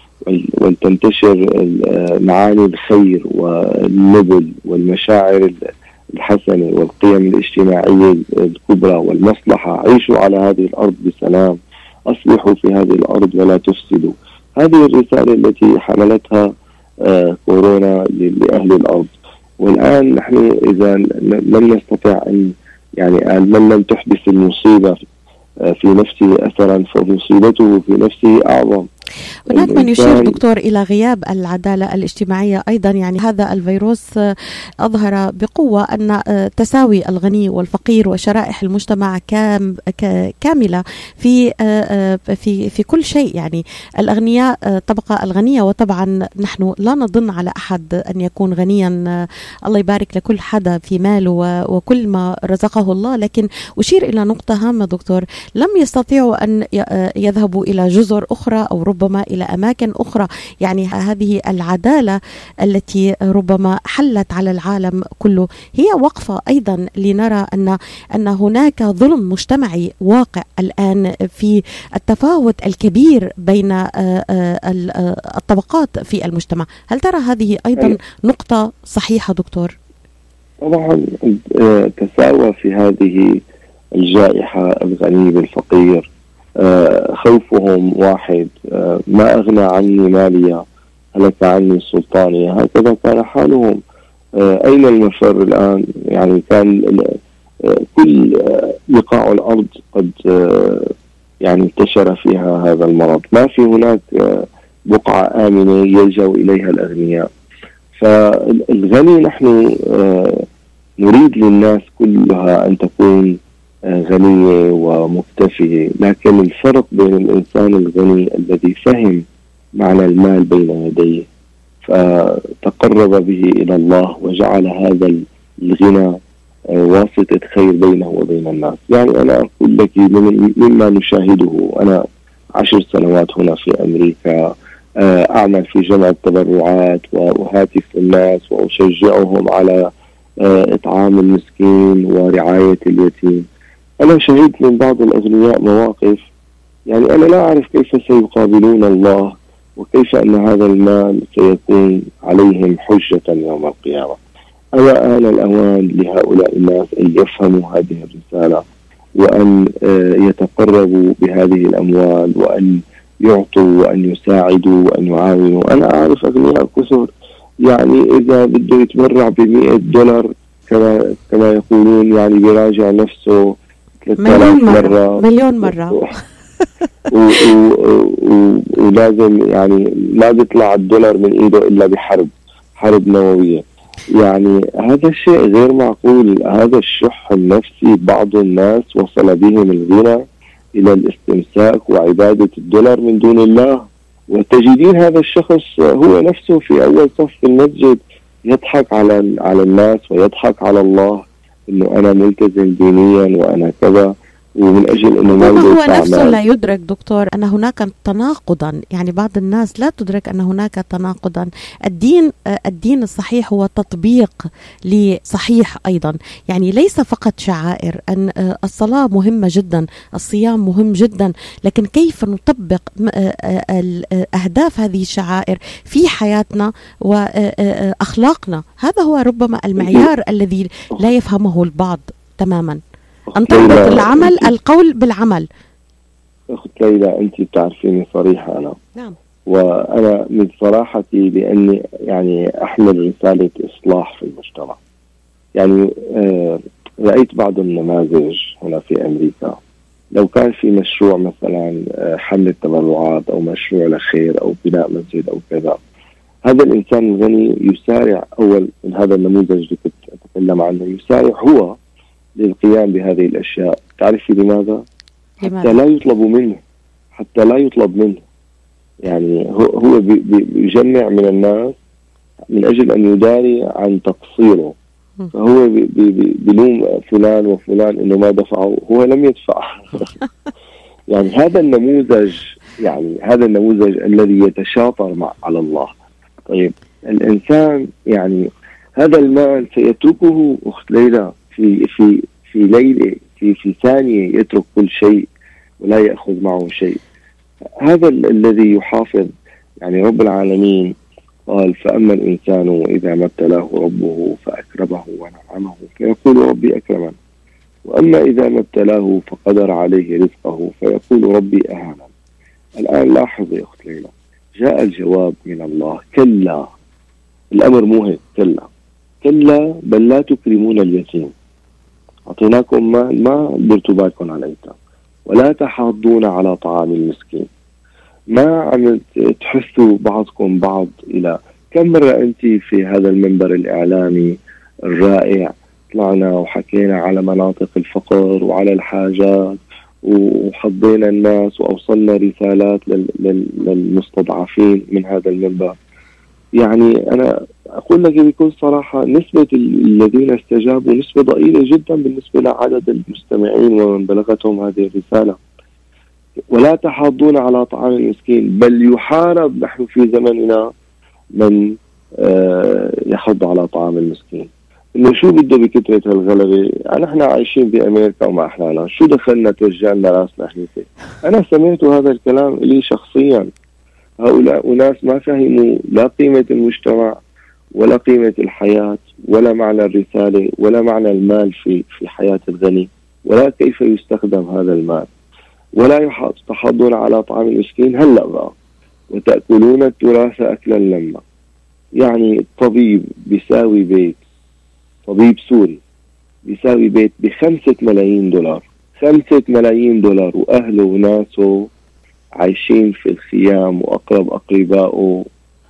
ولتنتشر معاني الخير والنبل والمشاعر الحسنة والقيم الاجتماعية الكبرى والمصلحة. عيشوا على هذه الأرض بسلام، أصلحوا في هذه الأرض ولا تفسدوا. هذه الرسالة التي حملتها آه كورونا لأهل الأرض. والآن نحن إذا لم نستطع أن يعني من لم تحدث المصيبة آه في نفسه أثرا فمصيبته في نفسه أعظم. هناك من يشير دكتور إلى غياب العدالة الاجتماعية أيضا. يعني هذا الفيروس أظهر بقوة أن تساوي الغني والفقير وشرائح المجتمع كام كاملة في في في كل شيء. يعني الأغنياء طبقة الغنية، وطبعا نحن لا نظن على أحد أن يكون غنيا، الله يبارك لكل حدا في ماله وكل ما رزقه الله. لكن أشير إلى نقطة هامة دكتور، لم يستطيعوا أن يذهبوا إلى جزر أخرى أو ربما إلى أماكن أخرى. يعني هذه العدالة التي ربما حلت على العالم كله هي وقفة أيضا لنرى أن أن هناك ظلم مجتمعي واقع الآن في التفاوت الكبير بين الطبقات في المجتمع. هل ترى هذه أيضا نقطة صحيحة دكتور؟ طبعا تساوى في هذه الجائحة الغني بالفقير، آه خوفهم واحد. آه ما أغنى عني مالية هلك عني سلطانية، هكذا كان حالهم. آه أين المفر الآن؟ يعني كان آه كل آه بقاع الأرض قد آه يعني انتشر فيها هذا المرض، ما في هناك آه بقعة آمنة يلجأ إليها الأغنياء. فالغني نحن آه نريد للناس كلها أن تكون غنية ومكتفية، لكن الفرق بين الإنسان الغني الذي فهم معنى المال بين يديه فتقرب به إلى الله وجعل هذا الغنى واسطة خير بينه وبين الناس. يعني أنا أقول لك مما نشاهده، أنا عشر سنوات هنا في أمريكا، أعمل في جمع التبرعات وأهاتف الناس وأشجعهم على إطعام المسكين ورعاية اليتيم. أنا شهدت من بعض الأغنياء مواقف، يعني أنا لا أعرف كيف سيقابلون الله وكيف أن هذا المال سيكون عليهم حجة يوم القيامة. أما آن الأوان لهؤلاء الناس أن يفهموا هذه الرسالة وأن يتقربوا بهذه الأموال وأن يعطوا وأن يساعدوا وأن يعاونوا. أنا أعرف أغنياء كثر يعني إذا بده يتبرع بمئة دولار كما كما يقولون يعني بيراجع نفسه مليون مرة مليون مرة ولازم يعني لا بيطلع الدولار من إيده إلا بحرب حرب نووية. يعني هذا الشيء غير معقول. هذا الشح النفسي بعض الناس وصل بهم الغنى إلى الاستمساك وعبادة الدولار من دون الله، وتجدين هذا الشخص هو نفسه في أول صف المسجد يضحك على على الناس ويضحك على الله إنه أنا ملتزم دينيا وأنا كذا، ومن أجل إنه ما هو نفسه لا يدرك دكتور أن هناك تناقضا. يعني بعض الناس لا تدرك أن هناك تناقضا. الدين الدين الصحيح هو تطبيق لصحيح أيضا، يعني ليس فقط شعائر. أن الصلاة مهمة جدا، الصيام مهم جدا، لكن كيف نطبق أهداف هذه الشعائر في حياتنا وأخلاقنا، هذا هو ربما المعيار الذي لا يفهمه البعض تماما. أن تربط العمل القول بالعمل. أخت ليلى أنت بتعرفيني صريحة أنا. نعم. وأنا من صراحتي بأني يعني أحمل رسالة إصلاح في المجتمع. يعني آه رأيت بعض النماذج هنا في أمريكا، لو كان في مشروع مثلا حملة تبرعات أو مشروع لخير أو بناء مسجد أو كذا، هذا الإنسان الغني يسارع، أول من هذا النموذج اللي كنت أتكلم عنه، يسارع هو للقيام بهذه الأشياء. تعرفي لماذا؟ حتى لا يطلب منه حتى لا يطلب منه يعني هو بيجمع من الناس من أجل أن يداري عن تقصيره، فهو بيلوم فلان وفلان إنه ما دفعوا، هو لم يدفع. يعني هذا النموذج يعني هذا النموذج الذي يتشاطر مع على الله. طيب الإنسان يعني هذا المال سيتركه أخت ليلى في في في ليلة في في ثانية، يترك كل شيء ولا يأخذ معه شيء. هذا الذي يحافظ. يعني رب العالمين قال: فأما الإنسان إذا ما ابتلاه ربه فأكرمه ونعمه فيقول ربي أكرمن، وأما إذا ما ابتلاه فقدر عليه رزقه فيقول ربي أهانن. الآن لاحظ يا أخت ليلى، جاء الجواب من الله: كلا، الأمر مو هيك، كلا كلا بل لا تكرمون اليتيم، أعطيناكم مال ما درتوا بالكم على الأيتام، ولا تحاضون على طعام المسكين، ما عم تحثوا بعضكم بعض. إلى كم مرة أنت في هذا المنبر الإعلامي الرائع طلعنا وحكينا على مناطق الفقر وعلى الحاجات وحضينا الناس وأوصلنا رسالات للمستضعفين من هذا المنبر. يعني أنا أقول لك بكل صراحة، نسبة الذين استجابوا نسبة ضئيلة جدا بالنسبة لعدد المستمعين ومن بلغتهم هذه الرسالة. ولا تحاضون على طعام المسكين، بل يحارب نحن في زمننا من يحض على طعام المسكين. إنه شو بده بكترة هالغلبة؟ يعني احنا عايشين بأمريكا وما أحلانا، شو دخلنا توجعنا راسنا حنيفة؟ أنا سمعت هذا الكلام لي شخصيا. هؤلاء أناس ما فهموا لا قيمة المجتمع ولا قيمة الحياة ولا معنى الرسالة ولا معنى المال في في حياة الغني، ولا كيف يستخدم هذا المال. ولا تحاضون على طعام المسكين، هلأ بقى وتأكلون التراث أكلا لما. يعني طبيب بيساوي بيت، طبيب سوري بيساوي بيت بخمسة ملايين دولار، خمسة ملايين دولار، وأهله وناسه عايشين في الخيام وأقرب أقربائه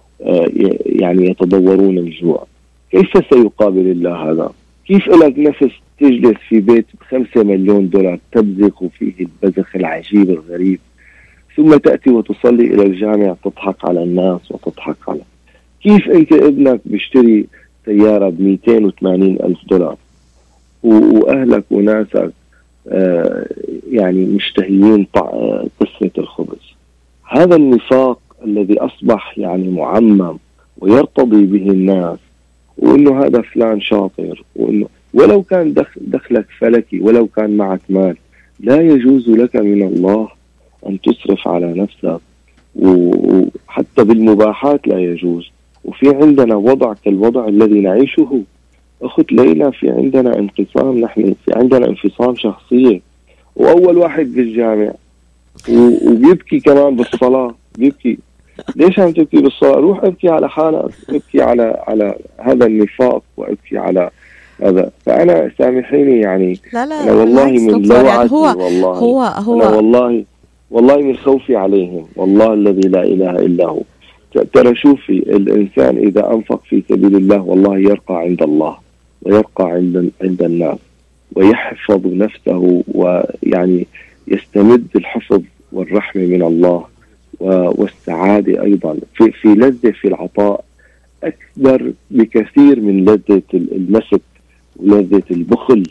يعني يتضورون الجوع. كيف سيقابل الله هذا؟ كيف لك نفس تجلس في بيت بخمسة مليون دولار تبزخ فيه البزخ العجيب الغريب، ثم تأتي وتصلي إلى الجامع تضحك على الناس وتضحك على كيف أنت ابنك بيشتري سيارة بمئتين وثمانين ألف دولار وأهلك وناسك آه يعني مشتهيين قسمة الخبز. هذا النفاق الذي أصبح يعني معمم ويرتضي به الناس وإنه هذا فلان شاطر، وإنه ولو كان دخل دخلك فلكي، ولو كان معك مال، لا يجوز لك من الله أن تسرف على نفسك، وحتى بالمباحات لا يجوز. وفي عندنا وضع كالوضع الذي نعيشه أخت ليلى، في عندنا انقسام، نحن في عندنا انفصام شخصية، وأول واحد بالجامع وبيبكي كمان بالصلاة، بيبكي. ليش عم تبكي بالصلاة؟ روح ابكي على حالك، ابكي على على هذا النفاق، وابكي على هذا. فأنا سامحيني يعني، لا لا أنا والله من لوعتي، يعني هو والله هو هو أنا والله والله من خوفي عليهم، والله الذي لا إله إلا هو. ترى شوفي، الإنسان إذا أنفق في سبيل الله والله يرقى عند الله، ويرقى عند عند الناس، ويحفظ نفسه، ويعني يستمد الحفظ والرحمة من الله والسعادة أيضا، في في لذة في العطاء أكبر بكثير من لذة المسك ولذة البخل.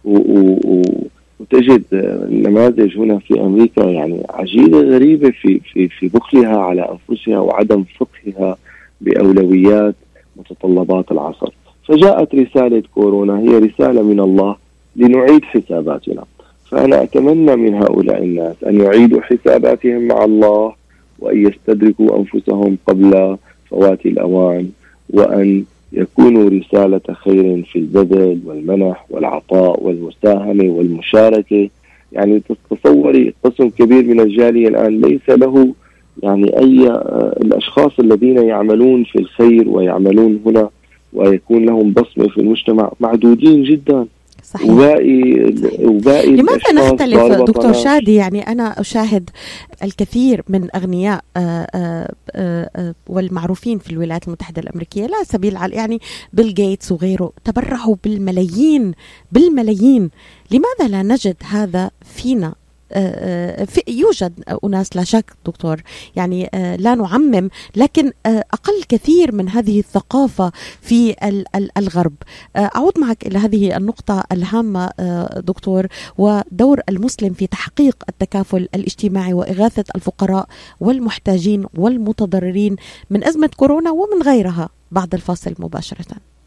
وتجد نماذج هنا في أمريكا يعني عجيبة غريبة في في في بخلها على أنفسها وعدم فقهها بأولويات متطلبات العصر. فجاءت رسالة كورونا، هي رسالة من الله لنعيد حساباتنا. فأنا أتمنى من هؤلاء الناس أن يعيدوا حساباتهم مع الله، وأن يستدركوا أنفسهم قبل فوات الأوان، وأن يكونوا رسالة خير في البذل والمنح والعطاء والمساهمة والمشاركة. يعني تصوري قسم كبير من الجالية الآن ليس له يعني أي الأشخاص الذين يعملون في الخير ويعملون هنا ويكون لهم بصمة في المجتمع معدودين جدا. صحيح. وباقي وباقي لماذا نختلف دكتور شادي؟ يعني أنا أشاهد الكثير من أغنياء آآ آآ والمعروفين في الولايات المتحدة الأمريكية، لا سبيل على يعني بيل غيتس وغيره، تبرعوا بالملايين بالملايين. لماذا لا نجد هذا فينا؟ في يوجد أناس لا شك دكتور، يعني لا نعمم، لكن أقل كثير من هذه الثقافة في الغرب. أعود معك إلى هذه النقطة الهامة دكتور، ودور المسلم في تحقيق التكافل الاجتماعي وإغاثة الفقراء والمحتاجين والمتضررين من أزمة كورونا ومن غيرها، بعد الفاصل مباشرة.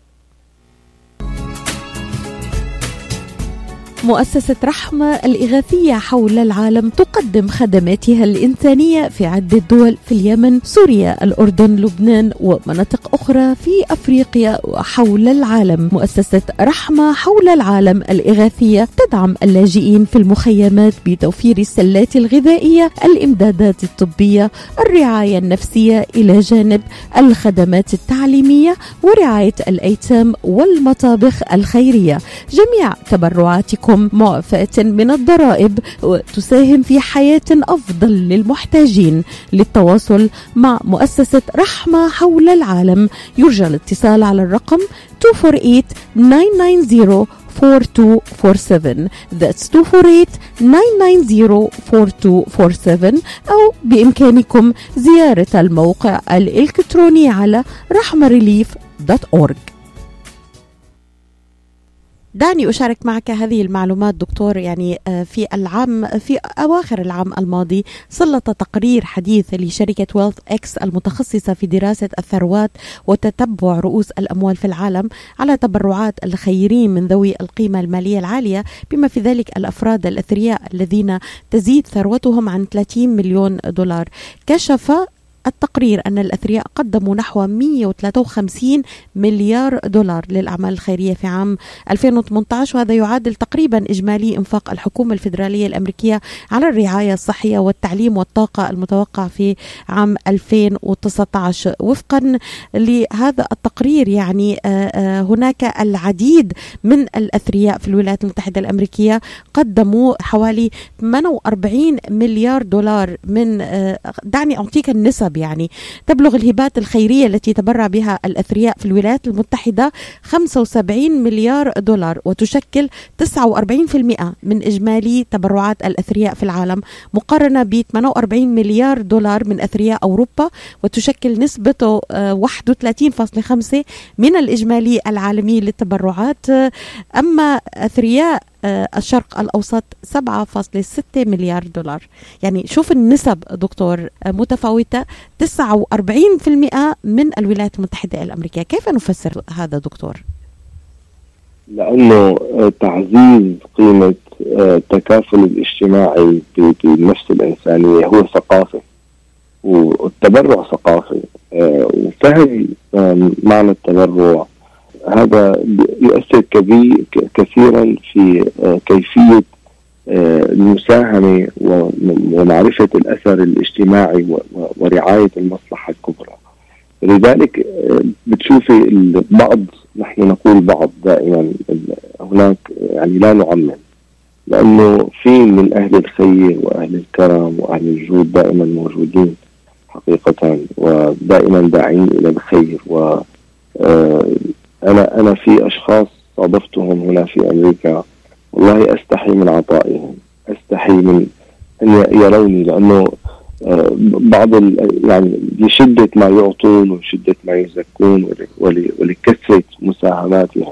مؤسسة رحمة الإغاثية حول العالم تقدم خدماتها الإنسانية في عدة دول في اليمن، سوريا، الأردن، لبنان ومناطق أخرى في أفريقيا وحول العالم. مؤسسة رحمة حول العالم الإغاثية تدعم اللاجئين في المخيمات بتوفير السلات الغذائية، الإمدادات الطبية، الرعاية النفسية، إلى جانب الخدمات التعليمية ورعاية الأيتام والمطابخ الخيرية. جميع تبرعاتكم معفاة من الضرائب وتساهم في حياة أفضل للمحتاجين. للتواصل مع مؤسسة رحمة حول العالم يرجى الاتصال على الرقم two four eight nine nine zero four two four seven. That's two four eight nine nine zero four two four seven. أو بإمكانكم زيارة الموقع الإلكتروني على رحمة ريليف دوت أورج. دعني أشارك معك هذه المعلومات دكتور. يعني في العام في أواخر العام الماضي سلط تقرير حديث لشركة ويلث إكس المتخصصة في دراسة الثروات وتتبع رؤوس الأموال في العالم على تبرعات الخيرين من ذوي القيمة المالية العالية، بما في ذلك الأفراد الأثرياء الذين تزيد ثروتهم عن ثلاثين مليون دولار. كشف التقرير أن الأثرياء قدموا نحو مئة وثلاثة وخمسين مليار دولار للأعمال الخيرية في عام ألفين وثمانية عشر، وهذا يعادل تقريبا إجمالي إنفاق الحكومة الفيدرالية الأمريكية على الرعاية الصحية والتعليم والطاقة المتوقع في عام ألفين وتسعة عشر. وفقا لهذا التقرير يعني هناك العديد من الأثرياء في الولايات المتحدة الأمريكية قدموا حوالي ثمانية وأربعين مليار دولار من، دعني أعطيك النسب، يعني تبلغ الهبات الخيرية التي تبرع بها الأثرياء في الولايات المتحدة خمسة وسبعين مليار دولار، وتشكل تسعة وأربعين بالمئة من إجمالي تبرعات الأثرياء في العالم، مقارنة ب ثمانية وأربعين مليار دولار من أثرياء أوروبا، وتشكل نسبته واحد وثلاثين فاصلة خمسة من الإجمالي العالمي للتبرعات. أما أثرياء الشرق الأوسط سبعة فاصلة ستة مليار دولار. يعني شوف النسب دكتور متفاوتة، تسعة وأربعين بالمئة من الولايات المتحدة الأمريكية. كيف نفسر هذا دكتور؟ لأنه تعزيز قيمة التكافل الاجتماعي بالنفس الإنسانية هو ثقافة، والتبرع ثقافي، وفهم معنى التبرع هذا يؤثر كثيرا في كيفية المساهمة ومعرفة الأثر الاجتماعي ورعاية المصلحة الكبرى. لذلك بتشوفي البعض، نحن نقول بعض دائما، هناك يعني لا نعمم، لأنه في من أهل الخير وأهل الكرم وأهل الجود دائما موجودين حقيقة، ودائما داعين إلى الخير. و أنا أنا في أشخاص صادفتهم هنا في أمريكا والله أستحي من عطائهم، أستحي من أن يروني، لأنه بعض يعني لشدة ما يعطون وشدة ما يزكون ولكثرة مساهماتهم.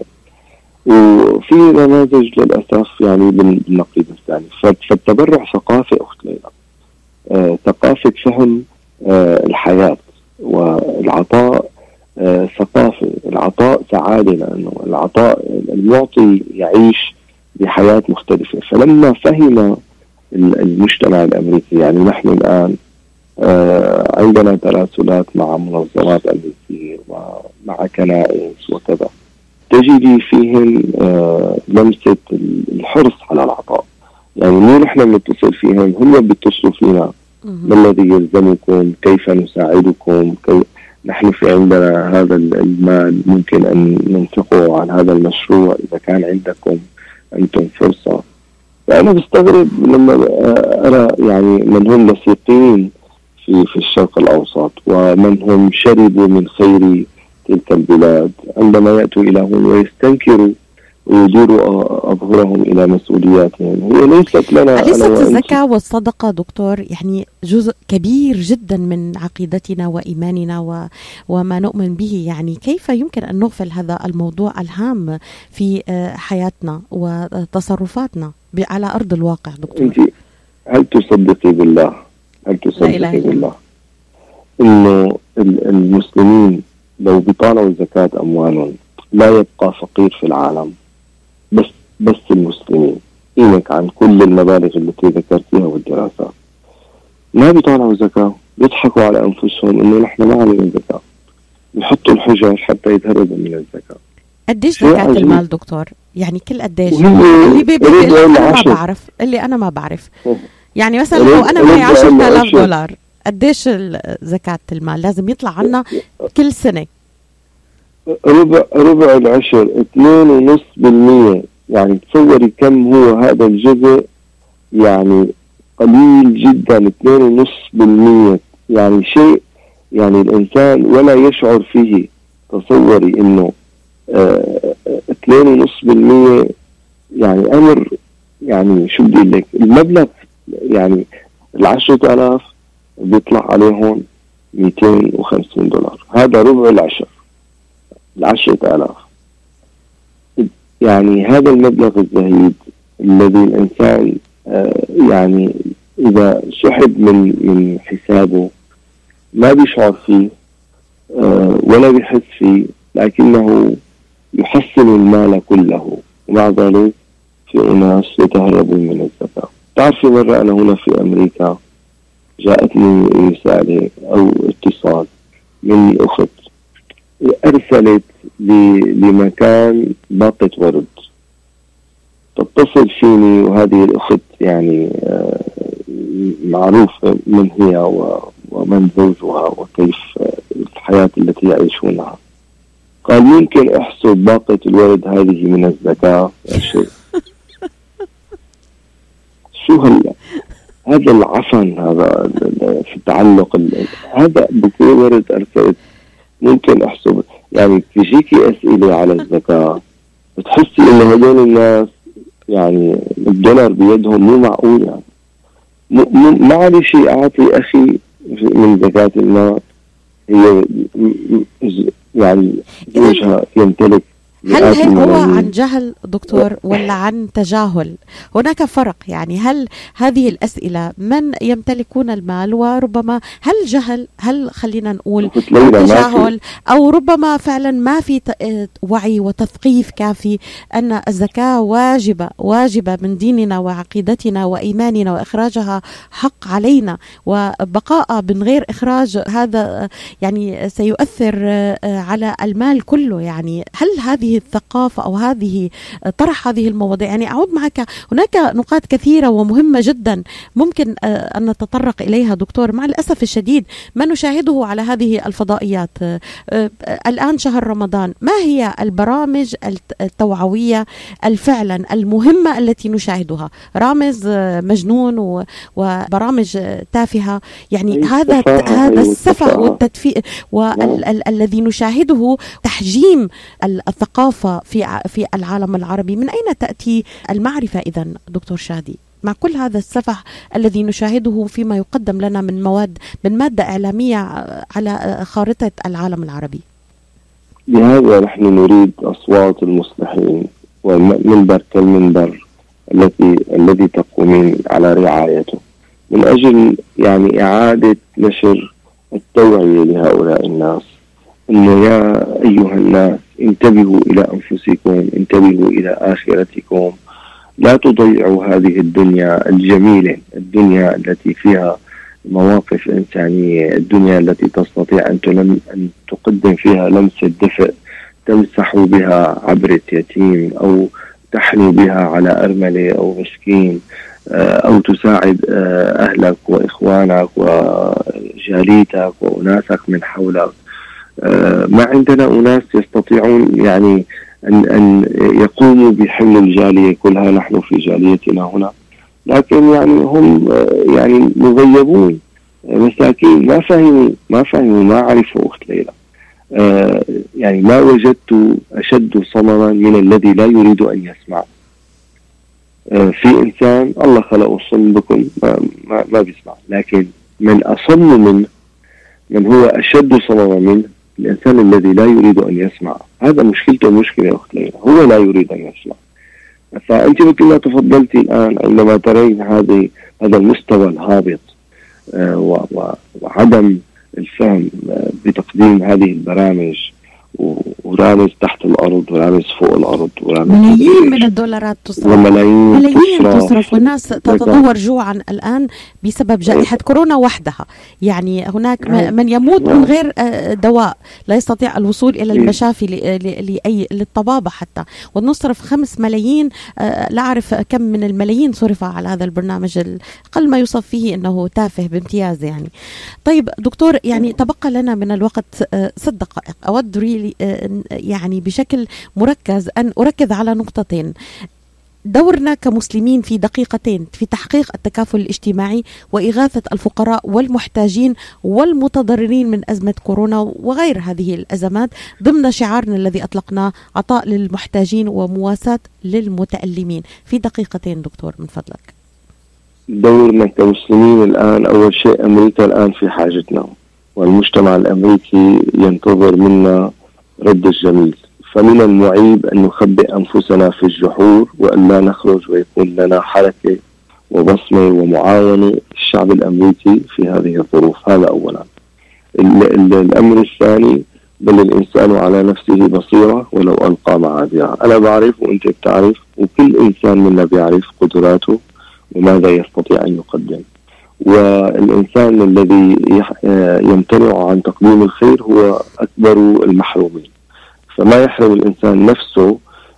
وفي نماذج للأسف يعني بالنقيض الثاني. فالتبرع ثقافة أخت ليلى، آه، ثقافة فهم آه، الحياة، والعطاء آه، ثقافة العطاء سعادة، لأنه العطاء المعطي يعيش بحياة مختلفة. فلما فهم المجتمع الأمريكي، يعني نحن الآن آه، عندنا تراسلات مع منظمات أمريكية ومع كنائس وكذا، تجدي فيهم آه لمسة الحرص على العطاء. يعني مو نحن بنتصل فيهم، هم بيتصلوا فينا، ما الذي يلزمكم، كيف نساعدكم، كيف نحن في عندنا هذا المال ممكن أن ننفقه عن هذا المشروع إذا كان عندكم أنتم فرصة. فأنا بستغرب لما أرى يعني من هم لصيقين في في الشرق الأوسط ومن هم شربوا من خير تلك البلاد، عندما يأتوا إلى هون ويستنكروا ويديروا أظهرهم إلى مسؤولياتهم. هي ليست لنا. ليست الزكاة والصدقة دكتور يعني جزء كبير جدا من عقيدتنا وإيماننا و... وما نؤمن به. يعني كيف يمكن أن نغفل هذا الموضوع الهام في حياتنا وتصرفاتنا على أرض الواقع دكتور؟ أنت هل تصدقي بالله هل تصدقي بالله إنه المسلمين لو بطالوا زكاة أموالهم لا يبقى فقير في العالم، بس بس المسلمين إنك عن كل المبالغ التي ذكرتها والدراسات ما بيطالعوا زكاة، بيضحكوا على أنفسهم إنه نحن ما علينا زكاة، بيحطوا الحجج حتى يتهربوا من الزكاة. قديش زكاة المال دكتور؟ يعني كل قديش؟ اللي بي بي اللي أنا ما بعرف اللي أنا ما بعرف يعني مثلا لو أنا معي عشرة آلاف دولار قديش زكاة المال لازم يطلع عنا كل سنة؟ ربع ربع العشر اثنين ونص بالمية. يعني تصوري كم هو هذا الجزء، يعني قليل جدا، اثنين ونص بالمية. يعني شيء يعني الإنسان ولا يشعر فيه. تصوري إنه اه اثنين ونص بالمية يعني أمر، يعني شو بدي لك المبلغ، يعني العشرة آلاف بيطلع عليهم مئتين وخمسين دولار، هذا ربع العشر العشرة آلاف. يعني هذا المبلغ الزهيد الذي الإنسان آه يعني إذا سحب من من حسابه ما بيشعر فيه آه ولا بيحس فيه، لكنه يحصل المال كله، ومع ذلك في أناس يتهربون من الزكاة. تعرفي مرة أنا هنا في أمريكا جاءتني رسالة أو اتصال من أخت أرسلت لمكان باقة ورد، تتصل فيني، وهذه الأخت يعني معروفة من هي ومن زوجها وكيف الحياة التي يعيشونها. قال ممكن أحسب باقة الورد هذه من الزكاة يا شيء. شو هلا هذا العفن هذا في التعلق، هذا بكي ورد أرسلت ممكن أحسب. يعني تجيكي أسئلة على الزكاة بتحسي إنه هذول الناس يعني الدولار بيدهم مو معقول. يعني ما علي شيء أعطي أخي من زكاة المال، هي يعني زوجها يمتلك هل هو عن جهل دكتور ولا عن تجاهل؟ هناك فرق يعني. هل هذه الأسئلة من يمتلكون المال وربما هل جهل، هل خلينا نقول تجاهل، أو ربما فعلا ما في وعي وتثقيف كافي أن الزكاة واجبة واجبة من ديننا وعقيدتنا وإيماننا، وإخراجها حق علينا، وبقاء من غير إخراج هذا يعني سيؤثر على المال كله. يعني هل هذه الثقافة أو هذه طرح هذه المواضيع؟ يعني أعود معك، هناك نقاط كثيرة ومهمة جدا ممكن أن نتطرق إليها دكتور. مع الأسف الشديد ما نشاهده على هذه الفضائيات الآن شهر رمضان، ما هي البرامج التوعوية الفعلا المهمة التي نشاهدها؟ رامز مجنون وبرامج تافهة، يعني هذا هذا السفه والتدفئ والذي نشاهده تحجيم الثقافة في في العالم العربي. من أين تأتي المعرفة إذن دكتور شادي مع كل هذا السفح الذي نشاهده فيما يقدم لنا من مواد من مادة إعلامية على خارطة العالم العربي؟ لهذا نحن نريد أصوات المصلحين ومنبر كالمنبر التي الذي تقومين على رعايته من أجل يعني إعادة نشر التوعية لهؤلاء الناس، إنه يا أيها الناس انتبهوا إلى أنفسكم، انتبهوا إلى آخرتكم، لا تضيعوا هذه الدنيا الجميلة، الدنيا التي فيها مواقف إنسانية، الدنيا التي تستطيع أن, تلم أن تقدم فيها لمسة دفء تمسح بها عبرة يتيم، أو تحني بها على أرملة أو مسكين، أو تساعد أهلك وإخوانك وجاليتك وأناسك من حولك. ما عندنا أناس يستطيعون يعني أن, أن يقوموا بحمل الجالية كلها. نحن في جاليتنا هنا لكن يعني هم يعني مغيبون، مساكين، ما فهموا ما فهموا ما عرفوا. أخت ليلى، يعني ما وجدت أشد صمما من الذي لا يريد أن يسمع. في إنسان الله خلقه صم بكم ما, ما, ما بيسمع، لكن من أصم منه، من هو أشد صمما منه، الإنسان الذي لا يريد أن يسمع. هذا مشكلته مشكلة يا أخت ليلى، هو لا يريد أن يسمع. فأنت مثل ما تفضلتي الآن عندما ترين هذه هذا المستوى الهابط آه وعدم الفهم آه بتقديم هذه البرامج، ورامز تحت الأرض ورامز فوق الأرض، ملايين من الدولارات تصرف، وملايين ملايين تصرف, تصرف والناس تتدهور جوعا الآن بسبب جائحة كورونا وحدها. يعني هناك من يموت من غير دواء، لا يستطيع الوصول إلى المشافي لأي للطبابة حتى، ونصرف خمس ملايين، لا أعرف كم من الملايين صرف على هذا البرنامج، أقل ما يوصف فيه أنه تافه بامتياز يعني. طيب دكتور، يعني تبقى لنا من الوقت ست دقائق، أود ريلي يعني بشكل مركز أن أركز على نقطتين. دورنا كمسلمين في دقيقتين في تحقيق التكافل الاجتماعي وإغاثة الفقراء والمحتاجين والمتضررين من أزمة كورونا وغير هذه الأزمات، ضمن شعارنا الذي أطلقناه عطاء للمحتاجين ومواساة للمتألمين. في دقيقتين دكتور من فضلك. دورنا كمسلمين الآن، أول شيء أمريكا الآن في حاجتنا، والمجتمع الأمريكي ينتظر منا رد الجميل. فمن المعيب أن نخبئ أنفسنا في الجحور وأن لا نخرج ويكون لنا حركة وبصمة ومعاونة الشعب الأمريكي في هذه الظروف. هذا أولا. الأمر الثاني، بل الإنسان على نفسه بصيرة ولو ألقى معاذيره. أنا بعرف وأنت بتعرف وكل إنسان منا بيعرف قدراته وماذا يستطيع أن يقدم. والإنسان الذي يمتنع عن تقديم الخير هو أكبر المحرومين. فما يحرم الإنسان نفسه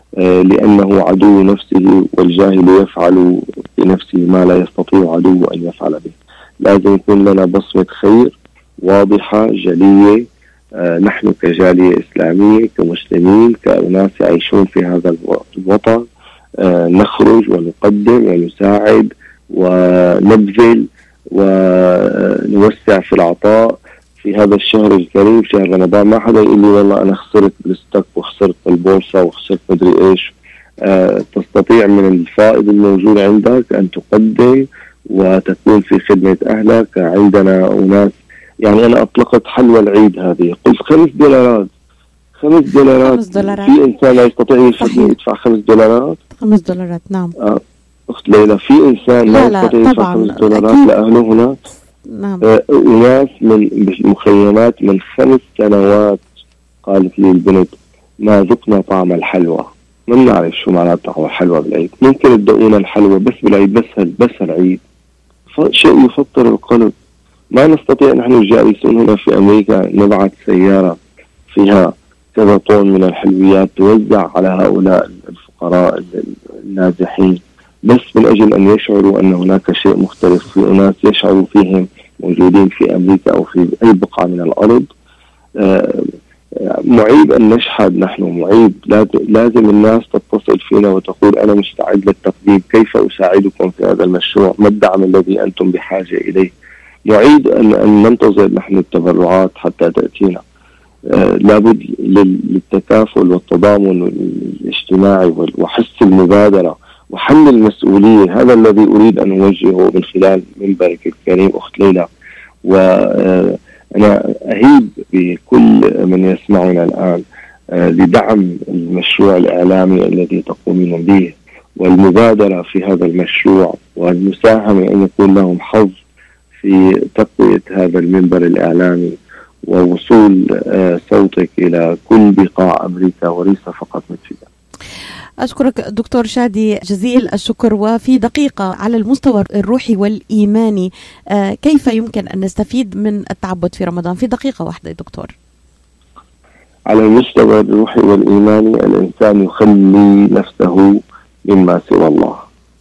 لأنه عدو نفسه، والجاهل يفعل بنفسه ما لا يستطيع عدو أن يفعل به. لازم يكون لنا بصمة خير واضحة جلية. نحن كجالية إسلامية كمسلمين كأناس يعيشون في هذا الوطن نخرج ونقدم ونساعد ونبذل ونوسع في العطاء في هذا الشهر الكريم، شهر رمضان. ما حدا يقول لي والله أنا خسرت بالستك وخسرت البورصة وخسرت مدري إيش. أه تستطيع من الفائض الموجود عندك أن تقدم وتكون في خدمة أهلك. عندنا أناس، يعني أنا أطلقت حلوى العيد هذه، قلت خمس دولارات خمس دولارات, خمس دولارات. في إنسان لا يستطيع يدفع خمس دولارات. خمس دولارات نعم. آه. أخت ليلى في إنسان لا, لا يستطيع يدفع خمس دولارات لأهله هناك. نعم. آه وناس من مخيمات من خمس سنوات قالت لي البنت ما ذقنا طعم الحلوى، ما نعرف شو معنى طعم الحلوى بالعيد، ممكن تدقونا الحلوى بس بالعيد، بس بس العيد. شيء يفطر القلب. ما نستطيع نحن الجالسون هنا في أمريكا نبعث سيارة فيها كذا طن من الحلويات توزع على هؤلاء الفقراء النازحين بس من أجل أن يشعروا أن هناك شيء مختلف، في أناس يشعروا فيهم موجودين في أمريكا أو في أي بقعة من الأرض. معيب أن نشحد، نحن معيب، لازم الناس تتصل فينا وتقول أنا مستعد للتقديم، كيف أساعدكم في هذا المشروع، ما الدعم الذي أنتم بحاجة إليه. معيب أن, أن ننتظر نحن التبرعات حتى تأتينا. آه لابد للتكافل والتضامن الاجتماعي وحس المبادرة وحمل المسؤولية. هذا الذي أريد أن أوجهه من خلال منبرك الكريم أخت ليلى. وأنا أهيب بكل من يسمعنا الآن آه لدعم المشروع الإعلامي الذي تقومون به والمبادرة في هذا المشروع والمساهمة أن يكون لهم حظ في تقوية هذا المنبر الإعلامي ووصول صوتك إلى كل بقاع أمريكا وليس فقط ميشيغان. أشكرك دكتور شادي جزيل الشكر. وفي دقيقة على المستوى الروحي والإيماني كيف يمكن أن نستفيد من التعبد في رمضان؟ في دقيقة واحدة دكتور. على المستوى الروحي والإيماني الإنسان يخلي نفسه مما سوى الله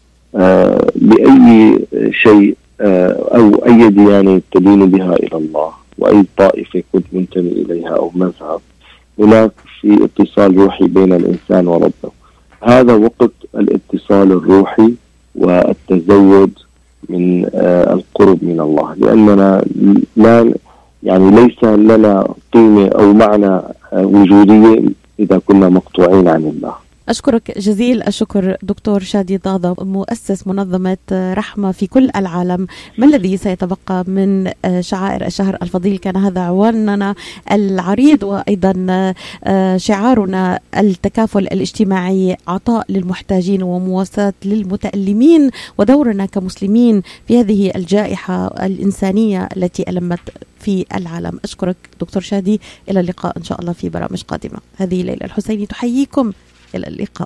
بأي شيء أو أي ديانة تدين بها إلى الله وأي طائفة كنت منتمي إليها أو مذهب، هناك في اتصال روحي بين الإنسان وربه. هذا وقت الاتصال الروحي والتزود من القرب من الله، لأننا لا يعني ليس لنا قيمة أو معنى وجودية إذا كنا مقطوعين عن الله. أشكرك جزيل الشكر دكتور شادي ضاضة مؤسس منظمة رحمة في كل العالم. ما الذي سيتبقى من شعائر الشهر الفضيل؟ كان هذا عنواننا العريض وأيضا شعارنا التكافل الاجتماعي، عطاء للمحتاجين ومواساة للمتألمين، ودورنا كمسلمين في هذه الجائحة الإنسانية التي ألمت في العالم. أشكرك دكتور شادي، إلى اللقاء إن شاء الله في برامج قادمة. هذه ليلى الحسيني تحييكم، إلى اللقاء.